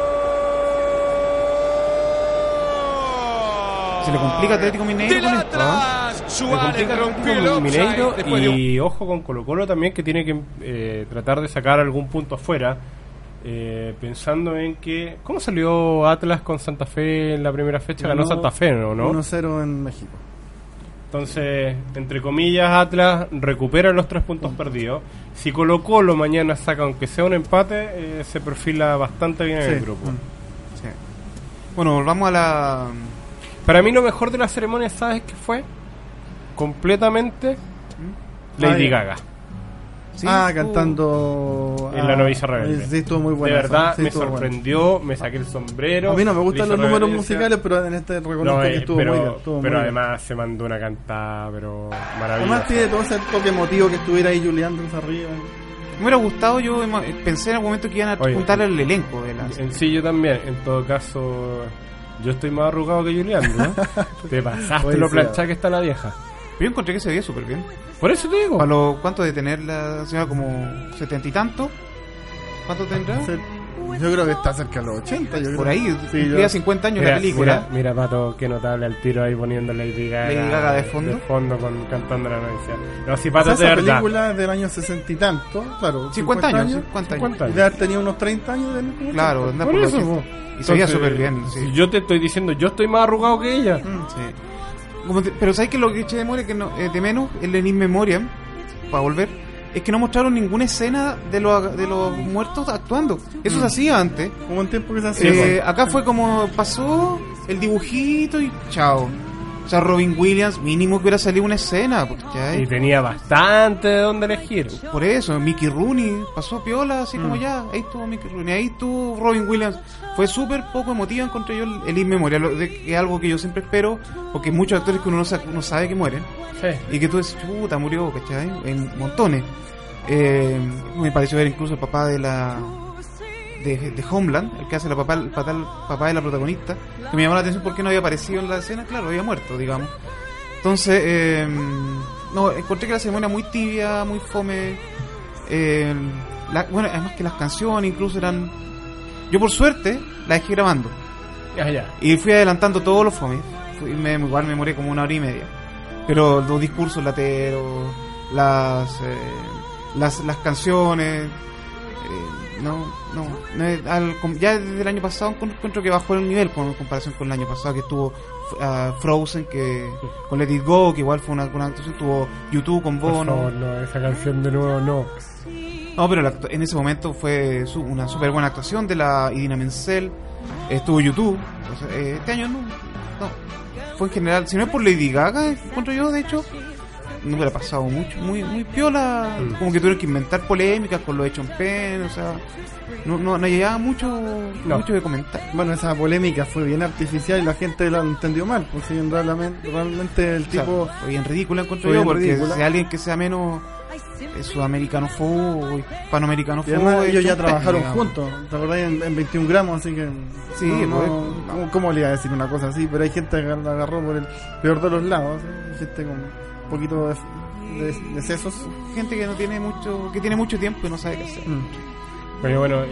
Se le complica a Atlético Mineiro con esto, Suárez rompió el Mineiro y ojo con Colo-Colo también, que tiene que tratar de sacar algún punto afuera. Pensando en que... ¿Cómo salió Atlas con Santa Fe en la primera fecha? Ganó Santa Fe, ¿no? 1-0 en México. Entonces, entre comillas, Atlas recupera los 3 puntos perdidos. Si Colo-Colo mañana saca, aunque sea un empate, se perfila bastante bien en el grupo. Sí. Bueno, volvamos a la... Para mí lo mejor de la ceremonia, ¿sabes qué fue? Completamente Lady Gaga. ¿Sí? Cantando en La Novicia Rebelde. Sí, estuvo muy bueno. De verdad, sí, me sorprendió, me saqué el sombrero. A mí no me gustan los números Rebelde, musicales, pero en este reconozco que estuvo muy bien. Pero además se mandó una cantada, pero maravillosa. Además tiene todo ese toque emotivo que estuviera ahí Julián arriba. Me hubiera gustado, yo pensé en algún momento que iban a juntar el elenco de la... Sí, yo también. En todo caso, yo estoy más arrugado que Julián, ¿no? Te pasaste lo planchada que está la vieja. Yo encontré que se veía súper bien. Por eso te digo. ¿Cuánto de tener la señora? Como 70 y tanto. ¿Cuánto tendrá? Yo creo que está cerca de los 80. Yo Por creo. ahí, Sí, cumplía yo- 50 años la película. Mira, Pato, qué notable al tiro ahí poniendo Lady Gaga. Lady Gaga de fondo. cantando la noticia. No, si O Pato, sea, de esa verdad. película es del año 60 y tanto, claro. 50 años, 50 50 años. Y de haber tenido unos 30 años de como Claro, anda Por por eso, los po. 80. Y se veía Entonces, súper bien. Sí. si yo te estoy diciendo, yo estoy más arrugado que ella. Sí. Pero ¿sabes que lo que eché de memoria, que no, de menos, el In Memoriam, para volver, es que no mostraron ninguna escena de los muertos actuando. Eso se hacía antes. Como un tiempo que se hacía. Acá fue como pasó el dibujito y chao. O sea, Robin Williams, mínimo que hubiera salido una escena. ¿Cachai? Y tenía bastante de dónde elegir. Por eso, Mickey Rooney pasó piola, así como ya, ahí estuvo Mickey Rooney, ahí estuvo Robin Williams. Fue súper poco emotivo, encontré yo el In Memoriam, que es algo que yo siempre espero, porque hay muchos actores que uno sabe que mueren, Sí. y que tú dices, chuta, murió, ¿cachai? En montones. Me pareció ver incluso el papá de Homeland, el que hace el papá de la protagonista, que me llamó la atención porque no había aparecido en la escena, claro, había muerto, digamos. Entonces, no, encontré que la ceremonia muy tibia, muy fome. Bueno, además que las canciones incluso eran... Yo por suerte la dejé grabando Ya. y fui adelantando todos los fomes. Igual me demoré como 1 hora y media. Pero los discursos lateros, las canciones... ya desde el año pasado encuentro que bajó el nivel en comparación con el año pasado, que estuvo Frozen, que con Let It Go, que igual fue una actuación, tuvo YouTube con Por Bono. favor, no, esa canción de nuevo no. No, pero en ese momento fue una súper buena actuación de la Idina Menzel. Estuvo YouTube. O sea, este año no. Fue en general, si no es por Lady Gaga, encuentro yo, de hecho, no hubiera pasado mucho, muy piola. Como que tuvieron que inventar polémicas con lo de Sean Penn, o sea, no llegaba mucho de comentar. Bueno, esa polémica fue bien artificial y la gente la entendió mal, pues sí, realmente el tipo... O sea, fue bien ridícula, encuentro fue yo, bien porque ridícula. si alguien que sea menos sudamericanófobo, hispanoamericanofobo, Y además ellos ya Sean Penn, trabajaron digamos. juntos, ¿te acordás? En 21 gramos, así que... Sí, ¿cómo le iba a decir una cosa así? Pero hay gente que la agarró por el peor de los lados, ¿sí? Hay gente con un poquito de sesos. Gente que no tiene que tiene mucho tiempo y no sabe qué hacer. Bueno,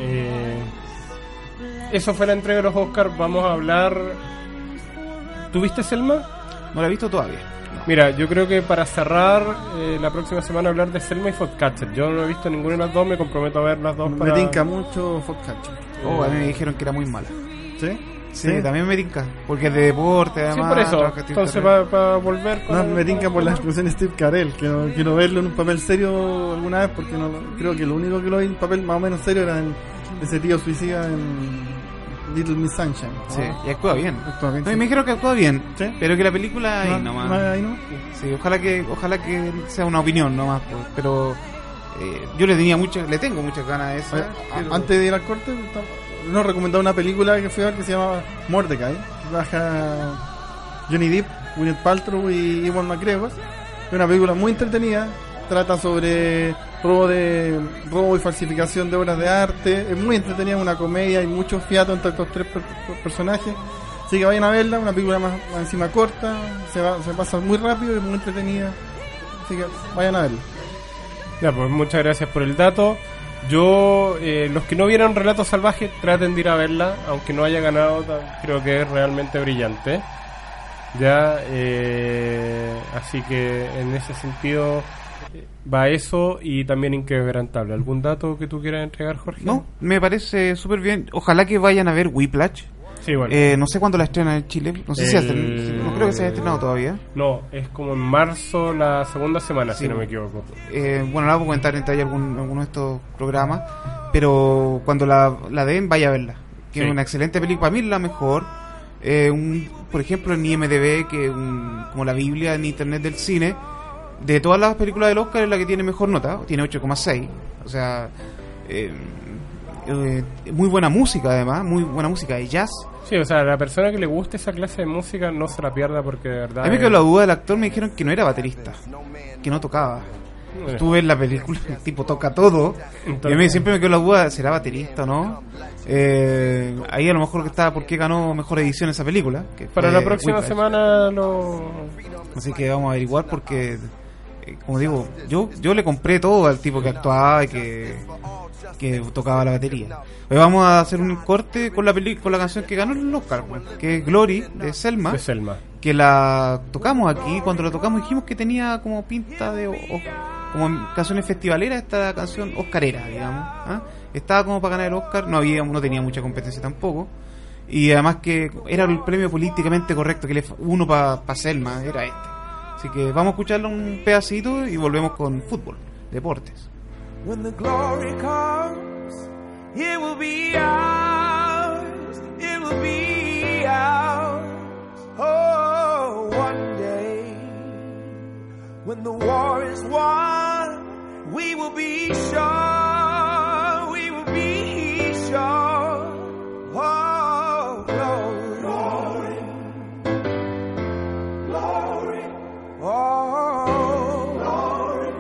eso fue la entrega de los Oscars. Vamos a hablar... ¿Tuviste Selma? No la he visto todavía. Mira, yo creo que para cerrar la próxima semana hablar de Selma y Foxcatcher. Yo no he visto ninguna de las dos, me comprometo a ver las dos para... Me tinca mucho Foxcatcher. A mí me dijeron que era muy mala. ¿Sí? Sí, también me tinca, porque es de deporte, además. Sí, por eso. trabaja Steve Entonces, Carell. para volver con... No, me tinca por la actuación de Steve Carell, que no quiero verlo en un papel serio alguna vez, porque creo que lo único que lo vi en un papel más o menos serio era en ese tío suicida en Little Miss Sunshine. ¿no? Sí, y actúa bien. Actúa bien, No, y sí. me dijeron que actúa bien, ¿Sí? pero que la película ahí No, nomás. ahí no. Sí, ojalá que sea una opinión nomás, pues, pero yo le tengo muchas ganas a esa. pero- Antes de ir al corte, nos recomendaba una película que fui a ver que se llama Mordecai. Baja Johnny Depp, Gwyneth Paltrow y Ewan McGregor. Es una película muy entretenida. Trata sobre robo y falsificación de obras de arte. Es muy entretenida, una comedia, hay mucho fiato entre estos tres personajes. Así que vayan a verla, una película más encima corta, se pasa muy rápido y muy entretenida. Así que vayan a verla. Ya, pues muchas gracias por el dato. Yo, los que no vieron Relatos Salvajes, traten de ir a verla, aunque no haya ganado, creo que es realmente brillante. Ya, así que en ese sentido va eso y también Inquebrantable. ¿Algún dato que tú quieras entregar, Jorge? No, me parece súper bien. Ojalá que vayan a ver Whiplash. Sí, bueno. No sé cuándo la estrenan en Chile. No sé no creo que se haya estrenado todavía. No, es como en marzo, la segunda semana, Sí. si no me equivoco. Bueno, la voy a comentar en detalle alguno de estos programas. Pero cuando la den, vaya a verla. Que Sí. es una excelente película. Para mí es la mejor. Por ejemplo, en IMDb, que es como la Biblia en internet del cine, de todas las películas del Oscar es la que tiene mejor nota. Tiene 8,6. O sea, muy buena música además. Muy buena música de jazz. Sí, o sea, la persona que le guste esa clase de música no se la pierda porque de verdad... A mí me quedó la duda del actor, me dijeron que no era baterista, que no tocaba. Tú ves la película, el tipo toca todo. Y a mí siempre me quedó la duda, ¿será baterista o no? Ahí a lo mejor que estaba porque ganó mejor edición esa película. Que Para fue la próxima Whiplash. semana lo... Así que vamos a averiguar porque como digo, yo le compré todo al tipo que actuaba y que tocaba la batería. Hoy vamos a hacer un corte con la canción que ganó el Oscar, que es Glory de Selma. Que la tocamos aquí. Cuando la tocamos dijimos que tenía como pinta de como en canciones festivaleras, esta canción oscarera, digamos. Estaba como para ganar el Oscar. No tenía mucha competencia tampoco. Y además que era el premio políticamente correcto, que uno para Selma era este. Así que vamos a escucharlo un pedacito y volvemos con fútbol, deportes. When the glory comes, it will be ours, it will be ours. Oh, one day, when the war is won, we will be sure, we will be sure. Oh, glory, glory, glory, oh, glory,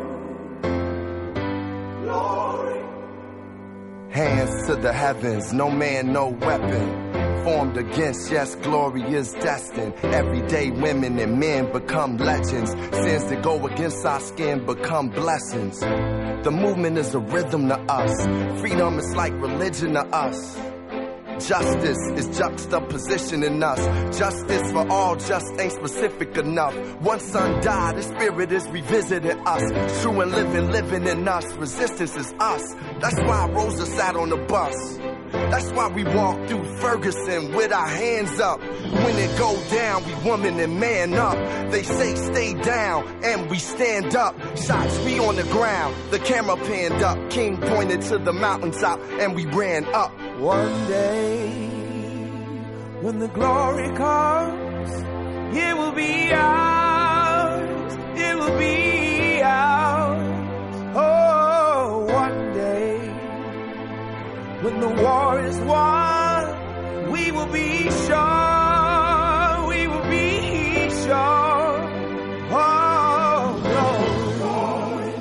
glory. Hands to the heavens, no man, no weapon formed against, yes, glory is destined. Everyday women and men become legends. Sins that go against our skin become blessings. The movement is a rhythm to us. Freedom is like religion to us. Justice is juxtaposition in us. Justice for all just ain't specific enough. One son died, the spirit is revisiting us. True and living in us. Resistance is us. That's why Rosa sat on the bus. That's why we walk through Ferguson with our hands up. When it go down, we woman and man up. They say stay down, and we stand up. Shots we on the ground, the camera panned up. King pointed to the mountaintop, and we ran up. One day, when the glory comes, it will be ours, it will be ours. Oh, one day, when the war is won, we will be sure, we will be sure. Oh, glory,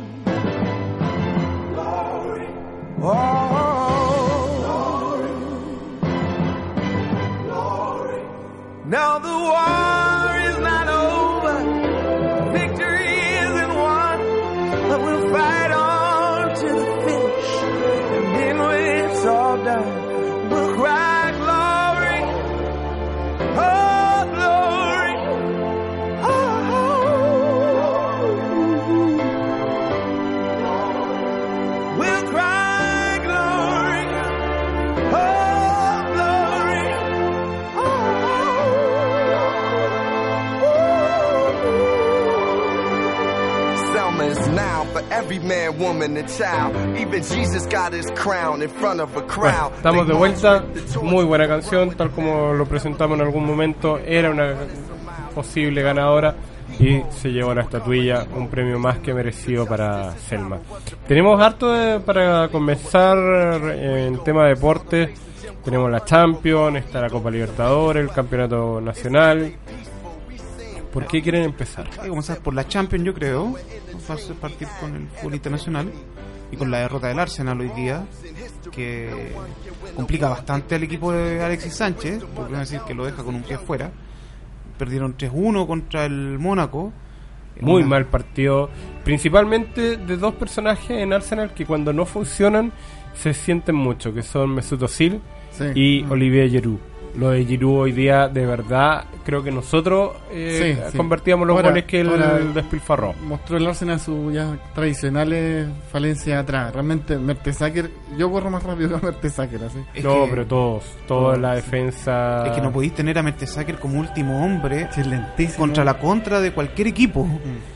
glory, glory. Oh. Now the war is not over, victory isn't won, but we'll fight on to the finish, and then when it's all done, we'll cry glory, oh glory, oh. We'll cry glory, oh. Is now for every man, woman and child. Even Jesus got his crown in front of a crowd. Bueno, estamos de vuelta. Muy buena canción, tal como lo presentamos en algún momento. Era una posible ganadora y se llevó la estatuilla, un premio más que merecido para Selma. Tenemos harto para comenzar en tema de deportes. Tenemos la Champions, está la Copa Libertadores, el Campeonato Nacional. ¿Por qué quieren empezar? Hay que comenzar por la Champions, yo creo. Vamos a partir con el fútbol internacional y con la derrota del Arsenal hoy día, que complica bastante al equipo de Alexis Sánchez, porque decir que lo deja con un pie afuera. Perdieron 3-1 contra el Mónaco. Muy mal partido, principalmente de dos personajes en Arsenal que cuando no funcionan se sienten mucho, que son Mesut Özil y Olivier Giroud. Lo de Giroud hoy día, de verdad, creo que nosotros convertíamos los goles que él despilfarró. Mostró el Arsenal sus ya tradicionales falencias atrás. Realmente, Mertesacker, yo corro más rápido que Mertesacker, así. Pero toda la defensa. Es que no podéis tener a Mertesacker como último hombre contra la contra de cualquier equipo.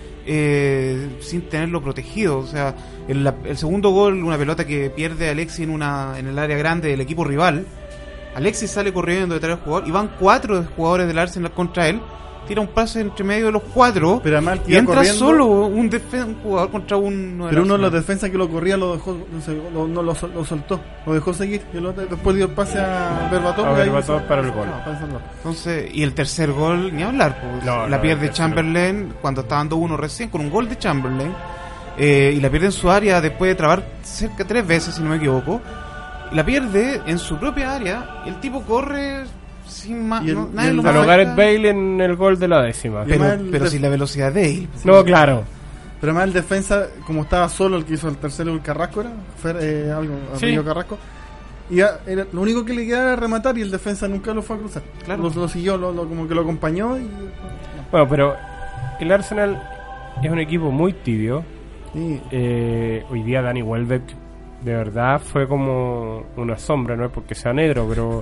Sin tenerlo protegido. O sea, el segundo gol, una pelota que pierde Alexis en el área grande del equipo rival. Alexis sale corriendo detrás del jugador y van 4 jugadores del Arsenal contra él. Tira un pase entre medio de los 4 y entra corriendo, solo un jugador contra uno. Pero uno de los defensas que lo corría lo dejó, lo soltó, lo dejó seguir y después dio el pase a Berbatov para el gol. Entonces, y el tercer gol, ni hablar, pues, la pierde Chamberlain cuando está dando 1 recién con un gol de Chamberlain, y la pierde en su área después de trabar cerca 3 veces, si no me equivoco. La pierde en su propia área. El tipo corre sin más. Gareth Bale en el gol de la 10ª. Pero si la velocidad de él. No, claro. Pero además el defensa, como estaba solo, el que hizo el tercero, el Carrasco era, apellido Carrasco, y era, lo único que le quedaba era rematar y el defensa nunca lo fue a cruzar. Claro. Lo siguió, como que lo acompañó. Bueno, pero el Arsenal es un equipo muy tibio. Sí. Hoy día Danny Welbeck de verdad fue como una sombra, no es porque sea negro, pero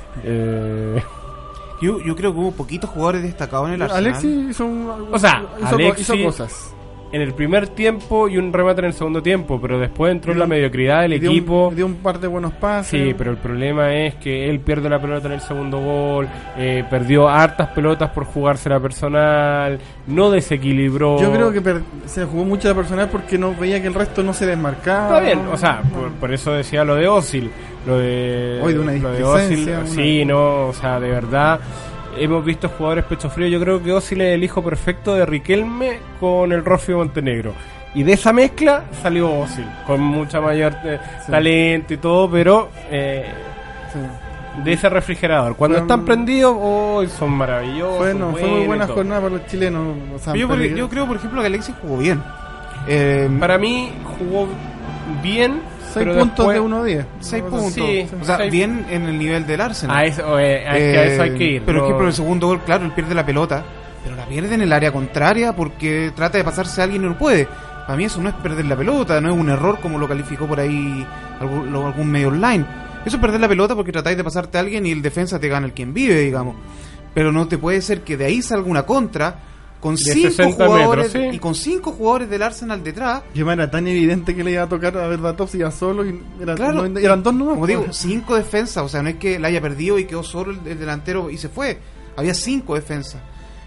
Yo creo que hubo poquitos jugadores destacados en el Arsenal. Alexis hizo cosas. En el primer tiempo y un remate en el segundo tiempo, pero después entró en la mediocridad del equipo. Dio un par de buenos pases. Sí, pero el problema es que él pierde la pelota en el segundo gol, perdió hartas pelotas por jugársela personal, no desequilibró. Yo creo que se jugó mucho la personal porque no veía que el resto no se desmarcaba. Está bien, o sea, por eso decía lo de Özil, lo de una lo de displicencia, Özil, sí, no, o sea, de verdad. Hemos visto jugadores pecho frío. Yo creo que Özil es el hijo perfecto de Riquelme con el Rofio Montenegro. Y de esa mezcla salió Özil, con mucha mayor talento y todo, pero de ese refrigerador. Cuando están prendidos, son maravillosos. Fue muy buena jornada para los chilenos. O sea, yo creo, por ejemplo, que Alexis jugó bien. Para mí jugó bien. 6 puntos de 1 a 10. 6 puntos. Sí, o sea, bien en el nivel del Arsenal. A eso hay que ir. Pero es que por el segundo gol, claro, él pierde la pelota, pero la pierde en el área contraria porque trata de pasarse a alguien y no puede. Para mí eso no es perder la pelota, no es un error como lo calificó por ahí algún medio online. Eso es perder la pelota porque tratáis de pasarte a alguien y el defensa te gana el quien vive, digamos. Pero no te puede ser que de ahí salga una contra con 5 jugadores metros, ¿sí? Y con 5 jugadores del Arsenal detrás. Y era tan evidente que le iba a tocar a Berbatov si iba solo y claro, eran 2 nomás. Como digo, 5 defensas, o sea, no es que la haya perdido y quedó solo el delantero y se fue. Había 5 defensas.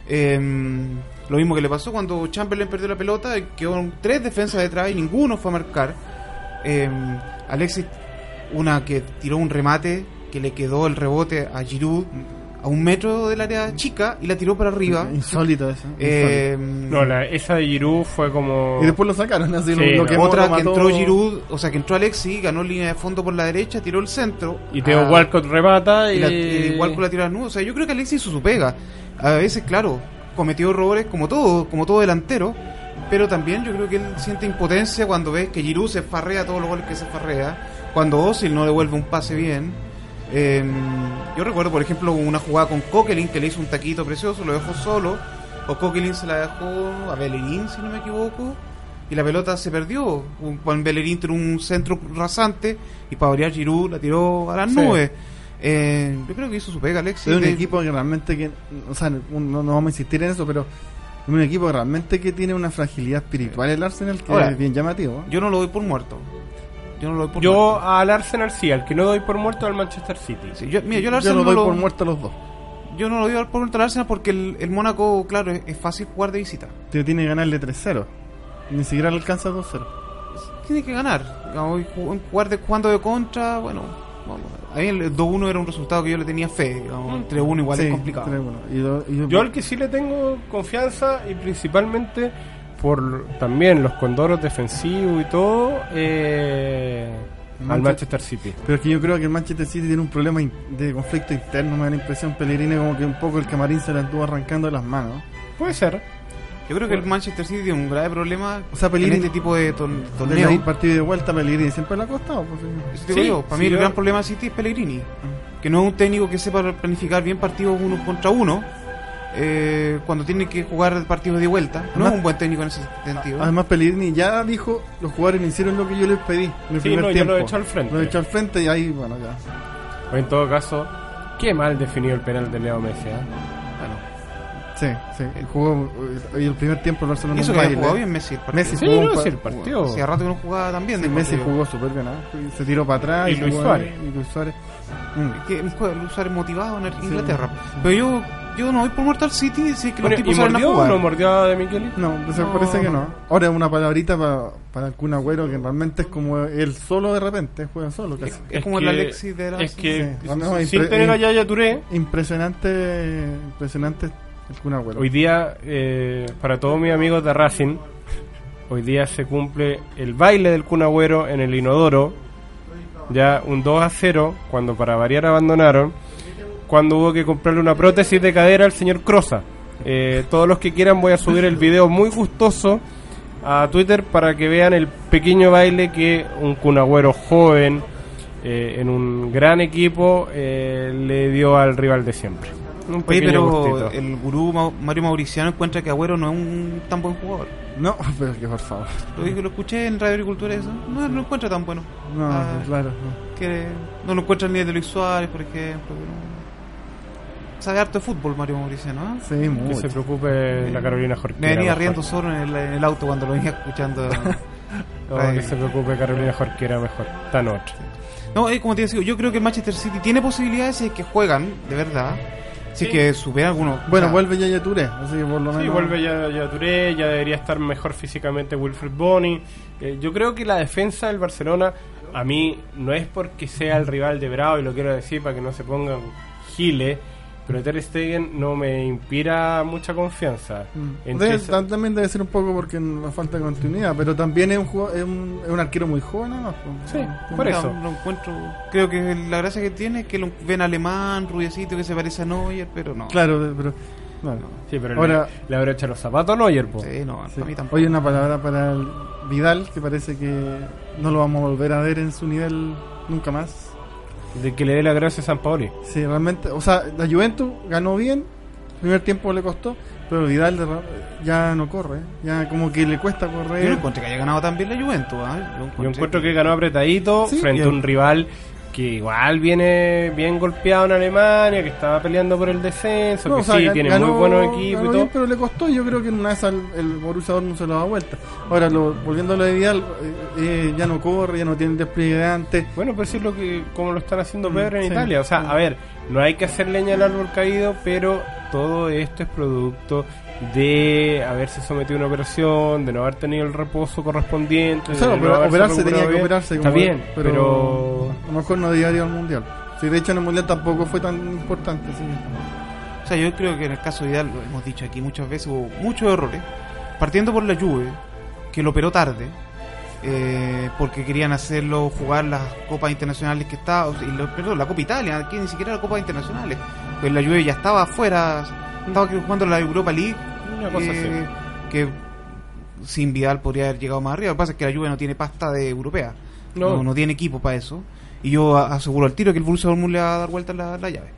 Lo mismo que le pasó cuando Chamberlain perdió la pelota, quedaron 3 defensas detrás y ninguno fue a marcar. Alexis, una que tiró un remate que le quedó el rebote a Giroud a 1 metro del área chica y la tiró para arriba. Insólito eso. Esa de Giroud fue como... Y después lo sacaron así. Sí, otra que entró Giroud, o sea que entró Alexis, ganó línea de fondo por la derecha, tiró el centro. Y Theo Walcott remata y Walcott la tiró a nudo. O sea, yo creo que Alexis hizo su pega. A veces, claro, cometió errores como todo delantero, pero también yo creo que él siente impotencia cuando ves que Giroud se farrea todos los goles que se farrea, cuando Özil no devuelve un pase bien. Yo recuerdo, por ejemplo, una jugada con Coquelin que le hizo un taquito precioso, lo dejó solo, o Coquelin se la dejó a Bellerín, si no me equivoco, y la pelota se perdió. Juan Bellerín tiró un centro rasante y para variar Giroud la tiró a las nubes. Yo creo que hizo su pega, Alexis. Es un equipo que realmente o sea, no vamos a insistir en eso, pero es un equipo realmente que tiene una fragilidad espiritual el Arsenal que es bien llamativo. Yo no lo doy por muerto. Yo al Arsenal sí, al que no doy por muerto al Manchester City. Sí, yo al Arsenal no doy por muerto a los dos. Yo no lo doy por muerto al Arsenal porque el Mónaco, claro, es fácil jugar de visita. Tiene que ganarle 3-0. Ni siquiera le alcanza 2-0. Tiene que ganar. Digamos, jugando de contra, bueno, a mí el 2-1 era un resultado que yo le tenía fe. 3-1 igual es complicado. 3-1. Yo al que sí le tengo confianza y principalmente por también los condoros defensivos y todo, al Manchester City. Pero es que yo creo que el Manchester City tiene un problema de conflicto interno. Me da la impresión Pellegrini como que un poco el camarín se le anduvo arrancando de las manos. Puede ser. Yo creo que el Manchester City tiene un grave problema, o sea, en este tipo de torneo. El partido de vuelta Pellegrini siempre le ha costado. Pues, para mí el gran problema de City es Pellegrini, que no es un técnico que sepa planificar bien partidos 1 contra 1. Cuando tiene que jugar partidos de vuelta, no es un buen técnico en ese sentido. Además Pellegrini ya dijo, los jugadores me hicieron lo que yo les pedí en el primer tiempo. Yo lo he echado al frente. Lo he echado al frente y ahí, bueno, ya. O en todo caso, qué mal definió el penal de Leo Messi. Sí, jugó el primer tiempo el Barcelona. Y eso que había jugado bien Messi el partido. Messi jugó el partido. Hacía rato que no jugaba tan bien. Messi jugó súper bien, se tiró para atrás. Y Luis Suárez. Luis Suárez motivado en Inglaterra. Pero yo no voy por muerto al City, sí que los tipos salen a jugar. ¿No mordió de Micheli? No, parece que no. Ahora una palabrita para el Kun Agüero que realmente es como él solo de repente, juega solo casi. Es como el Alexis de la... Es que sin tener a Yaya Touré... Impresionante el Kun Agüero. Hoy día, para todos mis amigos de Racing, hoy día se cumple el baile del Kun Agüero en el Inodoro. Ya un 2-0, cuando para variar abandonaron, cuando hubo que comprarle una prótesis de cadera al señor Croza. Todos los que quieran voy a subir el video muy gustoso a Twitter para que vean el pequeño baile que un Kun Agüero joven en un gran equipo le dio al rival de siempre. Un Oye, pequeño pero gustito. el gurú Mario Mauriciano encuentra que Agüero no es un tan buen jugador. No, pero que por favor. Lo escuché en Radio Agricultura eso. No lo encuentra tan bueno. No, Ah, claro. No. Que no lo encuentra ni de Luis Suárez, por ejemplo. Sabe harto de fútbol Mario Mauriciano, ¿eh? Sí, Que mucho. se preocupe la Carolina Jorquera. Me venía mejor. riendo solo en el auto cuando lo venía escuchando. No, que se preocupe Carolina Jorquera mejor. Tan otra. No, como te decía, yo creo que el Manchester City tiene posibilidades si es que juegan, de verdad. Si es que supera algunos. Bueno, o sea, vuelve Yaya Touré, así que por lo menos. Sí, vuelve ya Touré, ya debería estar mejor físicamente Wilfried Bony. Yo creo que la defensa del Barcelona, a mí, no es porque sea el rival de Bravo, y lo quiero decir para que no se pongan giles, pero Ter Stegen no me inspira mucha confianza. También debe ser un poco porque nos falta continuidad, pero también es un arquero muy joven, ¿no? Sí, por eso. Lo encuentro. Creo que la gracia que tiene es que lo ven alemán, rubiecito, que se parece a Neuer, pero no. Claro, pero. Bueno. Sí, pero Ahora, le habrá hecho los zapatos no, Neuer, po. Sí, no, sí. para mí tampoco. Oye, una palabra para el Vidal, que parece que no lo vamos a volver a ver en su nivel nunca más. De que le dé la gracia a Sampaoli. Sí, realmente, o sea, la Juventus ganó bien, el primer tiempo le costó, pero Vidal ya no corre, ya como que le cuesta correr. Yo no encontré que haya ganado también la Juventus. Yo encuentro que ganó apretadito Sí, frente a un rival que igual viene bien golpeado en Alemania, que estaba peleando por el descenso, No, que o sea, sí, tiene ganó- muy buenos equipos y ganó todo. bien, pero le costó, yo creo que en una vez el Borussia Dortmund se lo da vuelta. Ahora, volviendo a lo de Vidal, ya no corre, ya no tiene el despliegue de antes. Bueno, pues es lo que como lo están haciendo Pedro en sí. Italia. O sea, a ver, no hay que hacer leña al árbol caído, pero todo esto es producto de haberse sometido a una operación, de no haber tenido el reposo correspondiente. O sea, de no haberse operarse recuperado tenía que bien. operarse. Está como- bien, pero... a lo mejor no debía ir al Mundial. Sí, de hecho en el Mundial tampoco fue tan importante. Sí. O sea, yo creo que en el caso de Vidal, lo hemos dicho aquí muchas veces, hubo muchos errores. Partiendo por la Juve, que lo operó tarde, porque querían hacerlo jugar las copas internacionales que estaba, perdón, la Copa Italia, que ni siquiera la Copas internacionales. Pues la Juve ya estaba afuera, estaba jugando la Europa League, Una cosa así. que sin Vidal podría haber llegado más arriba. Lo que pasa es que la Juve no tiene pasta de europea, no tiene equipo para eso. Y yo aseguro al tiro que el Borussia Dortmund le va a dar vuelta la llave.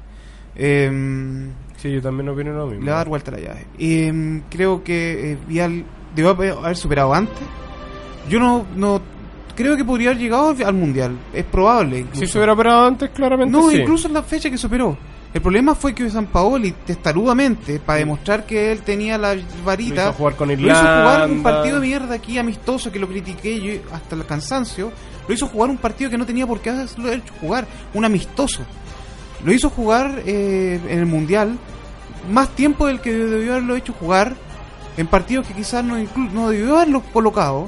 Sí, yo también opino lo mismo. Le va a dar vuelta la llave. Creo que Vidal debió haber superado antes. Yo no creo que podría haber llegado al Mundial. Es probable. Si Incluso. se hubiera operado antes, claramente No, sí. incluso en la fecha que superó. El problema fue que Sampaoli, testarudamente, para demostrar que él tenía la varita, Lo hizo jugar con lo hizo jugar un Irlanda. partido de mierda aquí amistoso, que lo critiqué yo hasta el cansancio. Lo hizo jugar un partido que no tenía por qué haberlo hecho jugar, un amistoso. Lo hizo jugar en el Mundial más tiempo del que debió haberlo hecho jugar en partidos que quizás no debió haberlo colocado.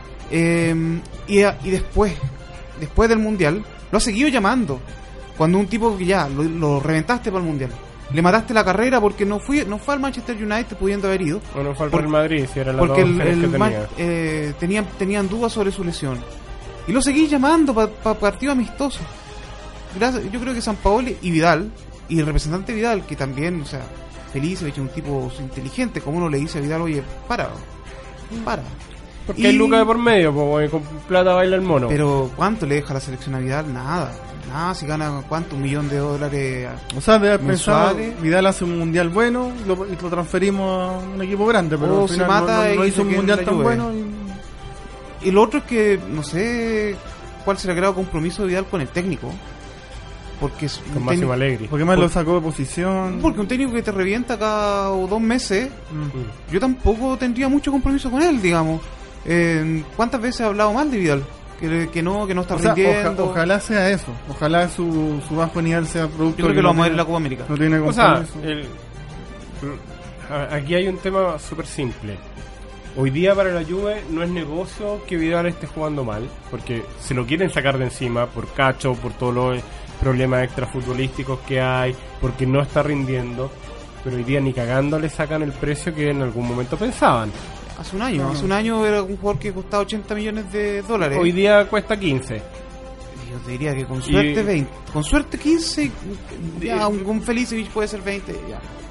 Y después del Mundial lo ha seguido llamando. Cuando un tipo que ya lo reventaste para el Mundial, le mataste la carrera porque no fue al Manchester United pudiendo haber ido, Bueno, fue al Real Madrid, si era la porque dos opciones que tenía. tenían dudas sobre su lesión. Y lo seguí llamando para partidos amistosos. Yo creo que Sampaoli y Vidal, y el representante Vidal, que también, o sea, feliz, es un tipo inteligente, como uno le dice a Vidal, oye, para. Porque hay lucas de por medio, pues, con plata baila el mono. Pero ¿cuánto le deja la selección a Vidal? Nada, si gana, ¿cuánto? $1 millón. O sea, debe haber pensado, mensuales. Vidal hace un mundial bueno y lo transferimos a un equipo grande, pero O al se final mata no y hizo se un queda en mundial la tan Juve. bueno. Y lo otro es que no sé cuál será el grado de compromiso de Vidal con el técnico. Porque es Con un Máximo técnico, Allegri. Porque más lo sacó de posición. porque un técnico que te revienta cada 2 meses, Mm. yo tampoco tendría mucho compromiso con él, digamos. ¿Cuántas veces he hablado mal de Vidal? Que no está O sea, rindiendo. ojalá sea eso. Ojalá su bajo nivel sea producto. Yo creo de que lo no vamos a ver en la tiene- Copa América. No tiene O sea, compromiso. aquí hay un tema súper simple. Hoy día para la Juve no es negocio que Vidal esté jugando mal, porque se lo quieren sacar de encima por cacho, por todos los problemas extrafutbolísticos que hay, porque no está rindiendo. Pero hoy día ni cagando le sacan el precio que en algún momento pensaban. Hace un año era un jugador que costaba $80 millones. Hoy día cuesta 15. Yo te diría que con suerte 20. Con suerte 15. Ya, un Felicevich puede ser 20. Ya.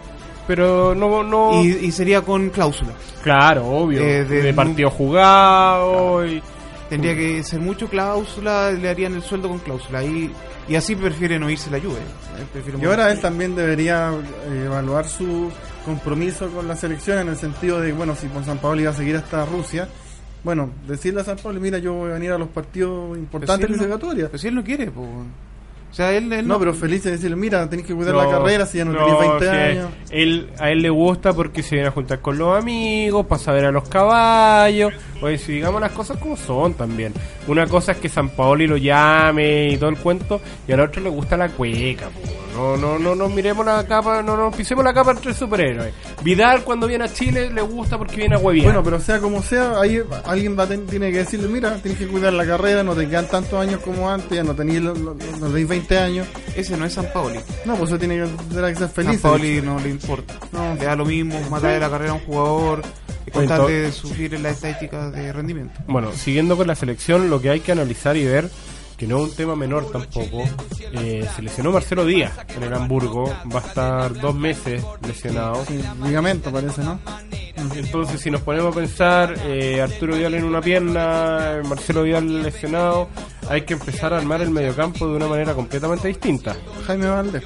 pero no Y sería con cláusula. claro, obvio, de partido jugado y Tendría que ser mucho cláusula, le harían el sueldo con cláusula. Y así prefieren no irse la Juve. Y ahora él también debería evaluar su compromiso con la selección en el sentido de, bueno, si con San Paolo iba a seguir hasta Rusia, bueno, decirle a San Paolo, mira, yo voy a venir a los partidos importantes de clasificatoria. Pero si él no quiere, pues. O sea, él no, pero feliz de decirle, mira, tenés que cuidar la carrera si ya no tenés 20 años. A él le gusta porque se viene a juntar con los amigos, para saber a los caballos. Oye, si digamos las cosas como son también. Una cosa es que San Paoli lo llame y todo el cuento, y al otro le gusta la cueca, po. No miremos la capa, no pisemos la capa entre superhéroes. Vidal cuando viene a Chile le gusta porque viene a hueviar. Bueno, pero sea como sea, ahí alguien tiene que decirle, mira, tienes que cuidar la carrera, no te quedan tantos años como antes, ya no tenéis los 20 años. Ese no es San Paoli. No, pues eso tiene que ser feliz. San Paoli no le importa. No, le da lo mismo, matar de la carrera a un jugador, con tal de sufrir en las estadísticas de rendimiento. Bueno, siguiendo con la selección, lo que hay que analizar y ver, que no es un tema menor tampoco, se lesionó Marcelo Díaz en el Hamburgo, va a estar 2 meses lesionado. Sí, ligamento parece, ¿no? Entonces, si nos ponemos a pensar, Arturo Vidal en una pierna, Marcelo Vidal lesionado, hay que empezar a armar el mediocampo de una manera completamente distinta. Jaime Valdés.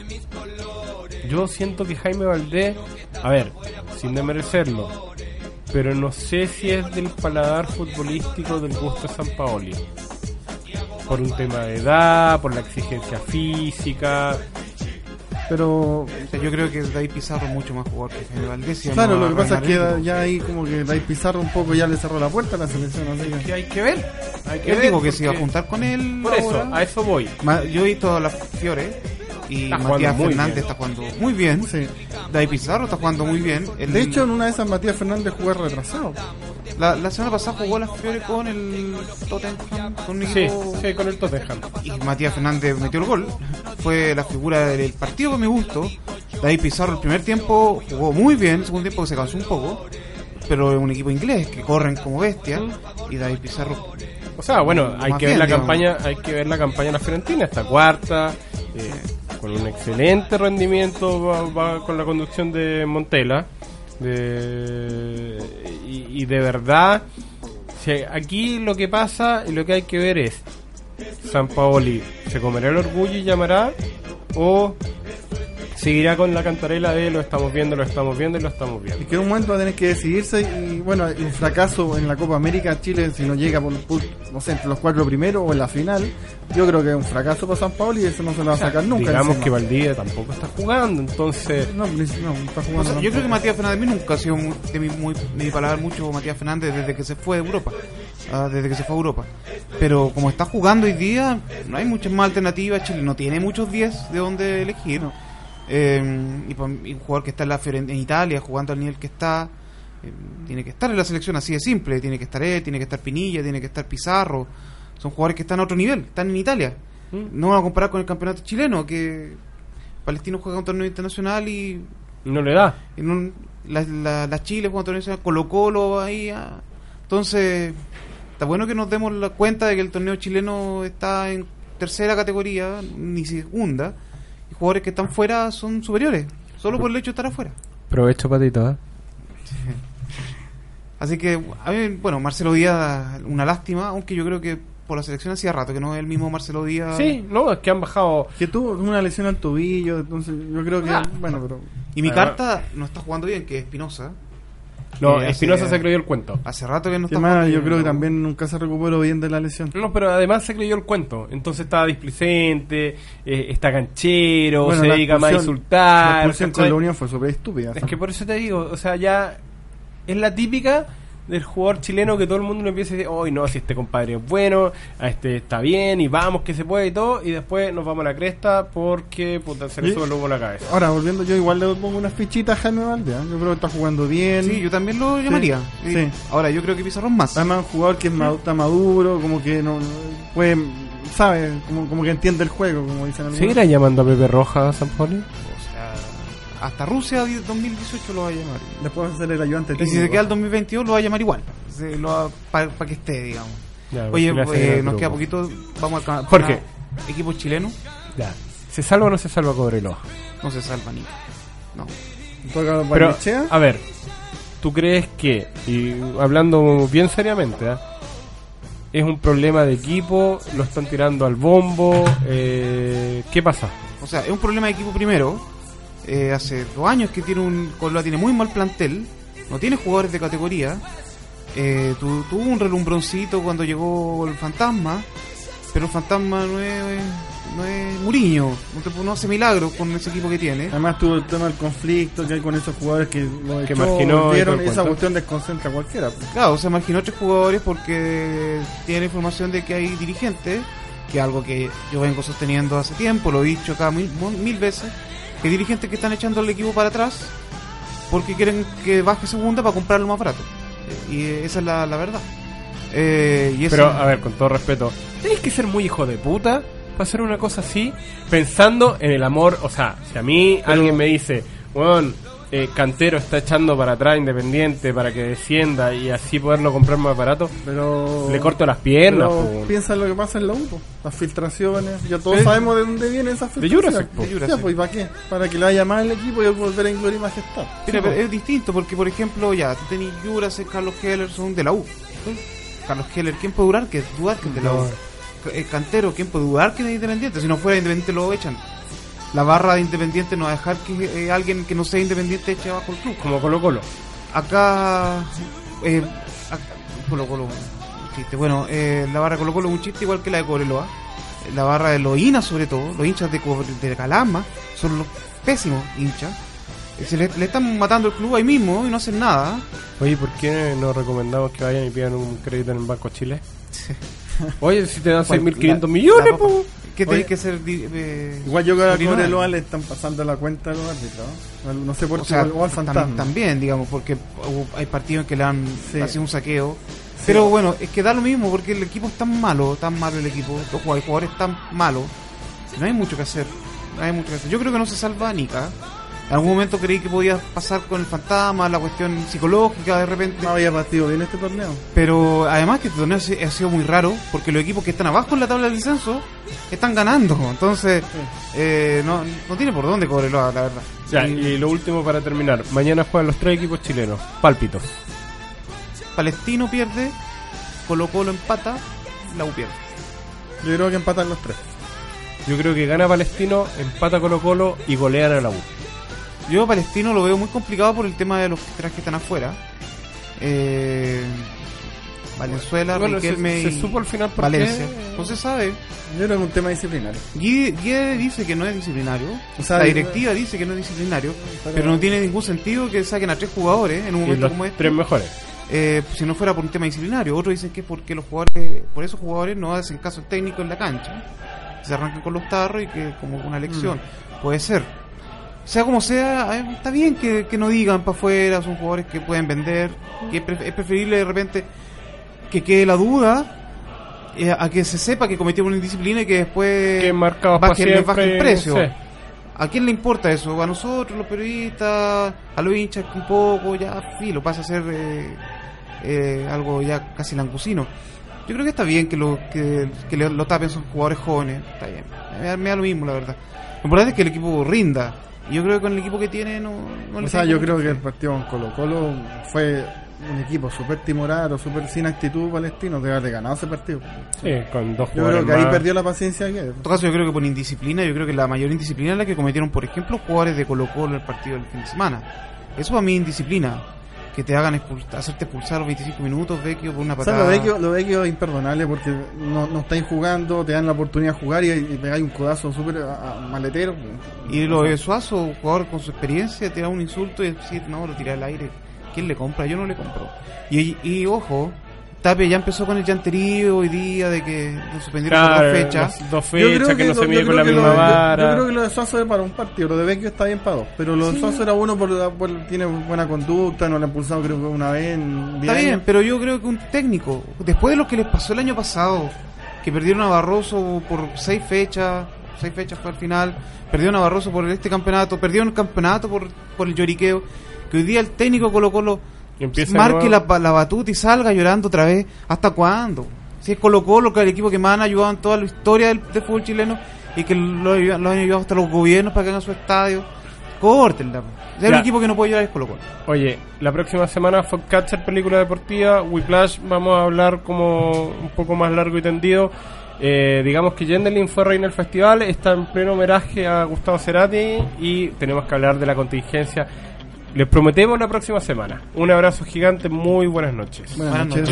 Yo siento que Jaime Valdés, a ver, sin desmerecerlo, pero no sé si es del paladar futbolístico del gusto de San Paoli. Por un tema de edad, por la exigencia física. Pero yo creo que David Pizarro es mucho más jugador que Jaime Valdés. Claro, lo que pasa es que ya ahí como que David Pizarro un poco ya le cerró la puerta a la selección. Así que hay que ver. Él dijo que se iba a juntar con él. Por eso, a eso voy. Yo he visto a las Fiores y Matías Fernández está jugando muy bien. Sí. David Pizarro está jugando muy bien. De hecho, en una de esas Matías Fernández jugó retrasado. La semana pasada jugó las Fiores con el Tottenham. Con sí, con el Tottenham. Y Matías Fernández metió el gol. Fue la figura del partido que me gustó. David Pizarro el primer tiempo jugó muy bien. El segundo tiempo se cansó un poco. Pero es un equipo inglés que corren como bestias. Y David Pizarro... O sea, bueno, hay que ver la campaña de la Fiorentina. Está cuarta. Con un excelente rendimiento va con la conducción de Montella y de verdad, aquí lo que pasa y lo que hay que ver es, San Paoli se comerá el orgullo y llamará, o seguirá con la cantarela de lo estamos viendo y lo estamos viendo. Y que en un momento va a tener que decidirse. Y bueno, un fracaso en la Copa América, Chile, si no llega por no sé, entre los 4 primeros o en la final, yo creo que es un fracaso para San Paolo y eso no se lo va a sacar nunca. Digamos que Valdivia tampoco está jugando, entonces no está jugando. O sea, yo creo que Matías Fernández, a mí nunca ha sido de mi palabra mucho Matías Fernández desde que se fue de Europa. Pero como está jugando hoy día, no hay muchas más alternativas. Chile no tiene muchos 10 de donde elegir. No. Y un jugador que está en Italia jugando al nivel que está, tiene que estar en la selección, así de simple. Tiene que estar él, tiene que estar Pinilla, tiene que estar Pizarro. Son jugadores que están a otro nivel, están en Italia. No van a comparar con el campeonato chileno, que Palestino juega un torneo internacional y no le da. La Chile juega un torneo internacional, Colo-Colo ahí. Entonces está bueno que nos demos la cuenta de que el torneo chileno está en tercera categoría, ni segunda. Y jugadores que están fuera son superiores, solo por el hecho de estar afuera. Provecho, Patito, ¿eh? Así que, a mí, bueno, Marcelo Díaz, una lástima, aunque yo creo que por la selección hacía rato que no es el mismo Marcelo Díaz. Sí, no, es que han bajado. Que tuvo una lesión al tobillo, entonces yo creo que, bueno, pero... Y mi carta no está jugando bien, que es Espinosa. No, Espinosa se creyó el cuento. Hace rato que no está jugando bien. Yo creo que también nunca se recuperó bien de la lesión. No, pero además se creyó el cuento. Entonces está displicente, está canchero, bueno, se dedica más a insultar. La expulsión con la Unión fue súper estúpida. Es que por eso te digo, o sea, ya es la típica del jugador chileno que todo el mundo le empieza a decir, oh, no, si este compadre es bueno, a este está bien y vamos que se puede y todo, y después nos vamos a la cresta porque puta, se le sube el humo a la cabeza. Ahora, volviendo, yo igual le pongo unas fichitas a Jaime Valdés, yo creo que está jugando bien. Sí, yo también lo llamaría. Sí. Ahora, yo creo que Pizarro es más. Además, un jugador que está maduro, como que no puede, sabe, como que entiende el juego, como dicen algunos. ¿Seguirá llamando a Pepe Roja a San Paoli? Hasta Rusia 2018 lo va a llamar. Después va a ser el ayudante técnico. Y si se queda el 2022 lo va a llamar igual. Para que esté, digamos. Ya, oye, nos queda poquito. Vamos al Jorge. Equipo chileno. Ya. ¿Se salva o no se salva Cobreloa? No se salva ni. No. Toca Pero, Barnechea. a ver, ¿tú crees que, y hablando bien seriamente, es un problema de equipo? ¿Lo están tirando al bombo? ¿Qué pasa? O sea, es un problema de equipo primero. Hace 2 años que Cobreloa tiene muy mal plantel, no tiene jugadores de categoría. Tuvo un relumbroncito cuando llegó el Fantasma, pero el Fantasma no es Muriño, no hace milagros con ese equipo que tiene. Además tuvo el tema del conflicto que hay con esos jugadores que lo Que marginó y volvieron, todo el esa cuento. cuestión desconcentra a cualquiera. Claro, se marginó 3 jugadores porque tiene información de que hay dirigentes, que es algo que yo vengo sosteniendo hace tiempo, lo he dicho acá mil veces, que hay dirigentes que están echando el equipo para atrás porque quieren que baje segunda para comprarlo más barato. Y esa es la verdad. Y eso, Pero, a ver, con todo respeto, ¿tienes que ser muy hijo de puta para hacer una cosa así? Pensando en el amor, o sea, si a mí alguien me dice, bueno, Cantero está echando para atrás Independiente para que descienda y así poderlo comprar más barato, Pero le corto las piernas. pero po. piensa en lo que pasa en la U, po. Las filtraciones, ya todos Pero- sabemos de dónde vienen esas De filtraciones. Jurassic, po. De Jurassic. Ya, pues, ¿y para qué? Para que le vaya mal al equipo y volver en gloria y majestad. mira, pero es distinto porque, por ejemplo, ya tú tenés Jurassic, Carlos Keller, son de la U. Carlos Keller, ¿quién puede dudar que es de la U? Cantero, ¿quién puede dudar que es de Independiente? Si no fuera Independiente lo echan. La barra de Independiente no va a dejar que alguien que no sea Independiente eche abajo el club. Como Colo Colo. Acá Colo Colo, un chiste. Bueno, la barra de Colo Colo es un chiste igual que la de Cobreloa. La barra de los INA, sobre todo, los hinchas de Calama, son los pésimos hinchas. Le están matando el club ahí mismo y no hacen nada. Oye, ¿por qué no recomendamos que vayan y pidan un crédito en el Banco Chile? Oye, si te dan 6.500 millones, la- po. ¿Qué Oye, tenés que ser? Igual yo creo que a Sobrino, Cobreloa le están pasando la cuenta a los árbitros, ¿no? No sé por o qué, sea, o al fantasma. también, digamos, porque hay partidos en que le han Sí. sido un saqueo. Pero bueno, es que da lo mismo porque el equipo es tan malo el equipo, los jugadores tan malos, no hay mucho que hacer. Yo creo que no se salva Nica. En algún momento creí que podía pasar con el fantasma, la cuestión psicológica de repente. No había partido bien este torneo. Pero además que este torneo ha sido muy raro porque los equipos que están abajo en la tabla del descenso están ganando. Entonces, no tiene por dónde Cobreloa, la verdad. Ya, Y y lo último para terminar. Mañana juegan los 3 equipos chilenos. Pálpitos. Palestino pierde, Colo Colo empata, la U pierde. Yo creo que empatan los 3. Yo creo que gana Palestino, empata Colo Colo y golean a la U. Yo Palestino lo veo muy complicado por el tema de los 3 que están afuera. Valenzuela, Bueno, Riquelme se y supo al final por Valencia. qué. No se sabe. Yo creo que es un tema disciplinario. Guille dice que no es disciplinario. O sea, la directiva dice que no es disciplinario. Pero no tiene ningún sentido que saquen a 3 jugadores en un Y momento los como este. 3 mejores. Si no fuera por un tema disciplinario. Otros dicen que es porque los jugadores, por esos jugadores no hacen caso al técnico en la cancha, se arrancan con los tarros y que como una lección. Puede ser. Sea como sea, está bien que no digan para afuera, son jugadores que pueden vender, que es preferible de repente que quede la duda a que se sepa que cometió una indisciplina y que después Que marcados para baje siempre. el precio. Sí. ¿A quién le importa eso? A nosotros, los periodistas, a los hinchas un poco, ya filo, pasa a ser algo ya casi langusino. Yo creo que está bien que lo tapen, son jugadores jóvenes, está bien. Me da lo mismo, la verdad. Lo importante es que el equipo rinda. Y yo creo que con el equipo que tiene no O le sea, tengo yo mucho creo fe. que el partido con Colo Colo fue un equipo súper timorado, súper sin actitud palestino, de haber ganado ese partido. Sí, con 2 Yo creo jugadores que ahí más. perdió la paciencia que En todo caso, yo creo que por indisciplina, yo creo que la mayor indisciplina es la que cometieron, por ejemplo, los jugadores de Colo Colo en el partido del fin de semana. Eso para mí es indisciplina. Que te hagan hacerte expulsar los 25 minutos, Vecchio, por una O sea, patada. lo Vecchio es imperdonable porque no estáis jugando, te dan la oportunidad de jugar y pegáis un codazo súper maletero. Y lo de Suazo, jugador con su experiencia, tirar un insulto y decir, no, lo tiré al aire. ¿Quién le compra? Yo no le compro. Y ojo, Tapia ya empezó con el llanterío hoy día de que lo suspendieron por Claro, 2 fechas. las 2 fechas que no se mide con la que misma vara. yo creo que lo de Suazo es para un partido, lo de Vecchio está bien para 2, pero lo de Suazo era uno tiene buena conducta, no le ha impulsado creo que una vez en 10 Está bien, años. pero yo creo que un técnico, después de lo que les pasó el año pasado, que perdieron a Barroso por 6 fechas fue al final, perdieron a Barroso por este campeonato, perdieron el campeonato por el lloriqueo, que hoy día el técnico Colo Colo Y empieza marque nuevo. la batuta y salga llorando otra vez. ¿Hasta cuándo? Si es Colo Colo, que es el equipo que más han ayudado en toda la historia del fútbol chileno y que lo han ayudado hasta los gobiernos para que hagan su estadio. Córtenla. Si hay Ya. un equipo que no puede llorar es Colo-Colo. Oye, la próxima semana Foxcatcher, película deportiva, Whiplash, vamos a hablar como un poco más largo y tendido. Digamos que Yendelin fue reina del festival, está en pleno homenaje a Gustavo Cerati y tenemos que hablar de la contingencia. Les prometemos la próxima semana. Un abrazo gigante, muy buenas noches. Buenas noches.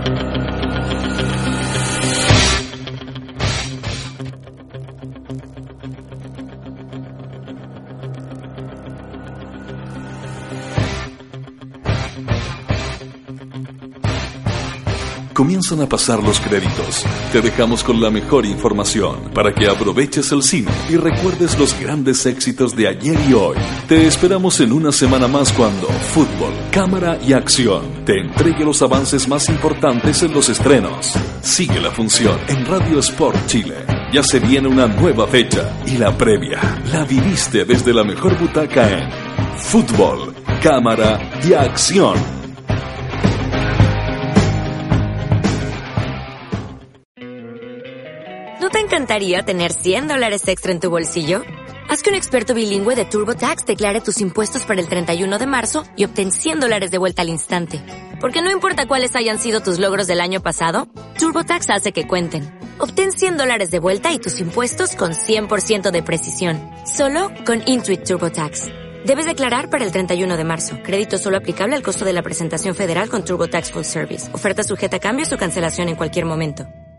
Comienzan a pasar los créditos. Te dejamos con la mejor información para que aproveches el cine y recuerdes los grandes éxitos de ayer y hoy. Te esperamos en una semana más cuando Fútbol, Cámara y Acción te entregue los avances más importantes en los estrenos. Sigue la función en Radio Sport Chile. Ya se viene una nueva fecha y la previa la viviste desde la mejor butaca en Fútbol, Cámara y Acción. ¿No te encantaría tener $100 extra en tu bolsillo? Haz que un experto bilingüe de TurboTax declare tus impuestos para el 31 de marzo y obtén $100 de vuelta al instante. Porque no importa cuáles hayan sido tus logros del año pasado, TurboTax hace que cuenten. Obtén $100 de vuelta y tus impuestos con 100% de precisión. Solo con Intuit TurboTax. Debes declarar para el 31 de marzo. Crédito solo aplicable al costo de la presentación federal con TurboTax Full Service. Oferta sujeta a cambios o cancelación en cualquier momento.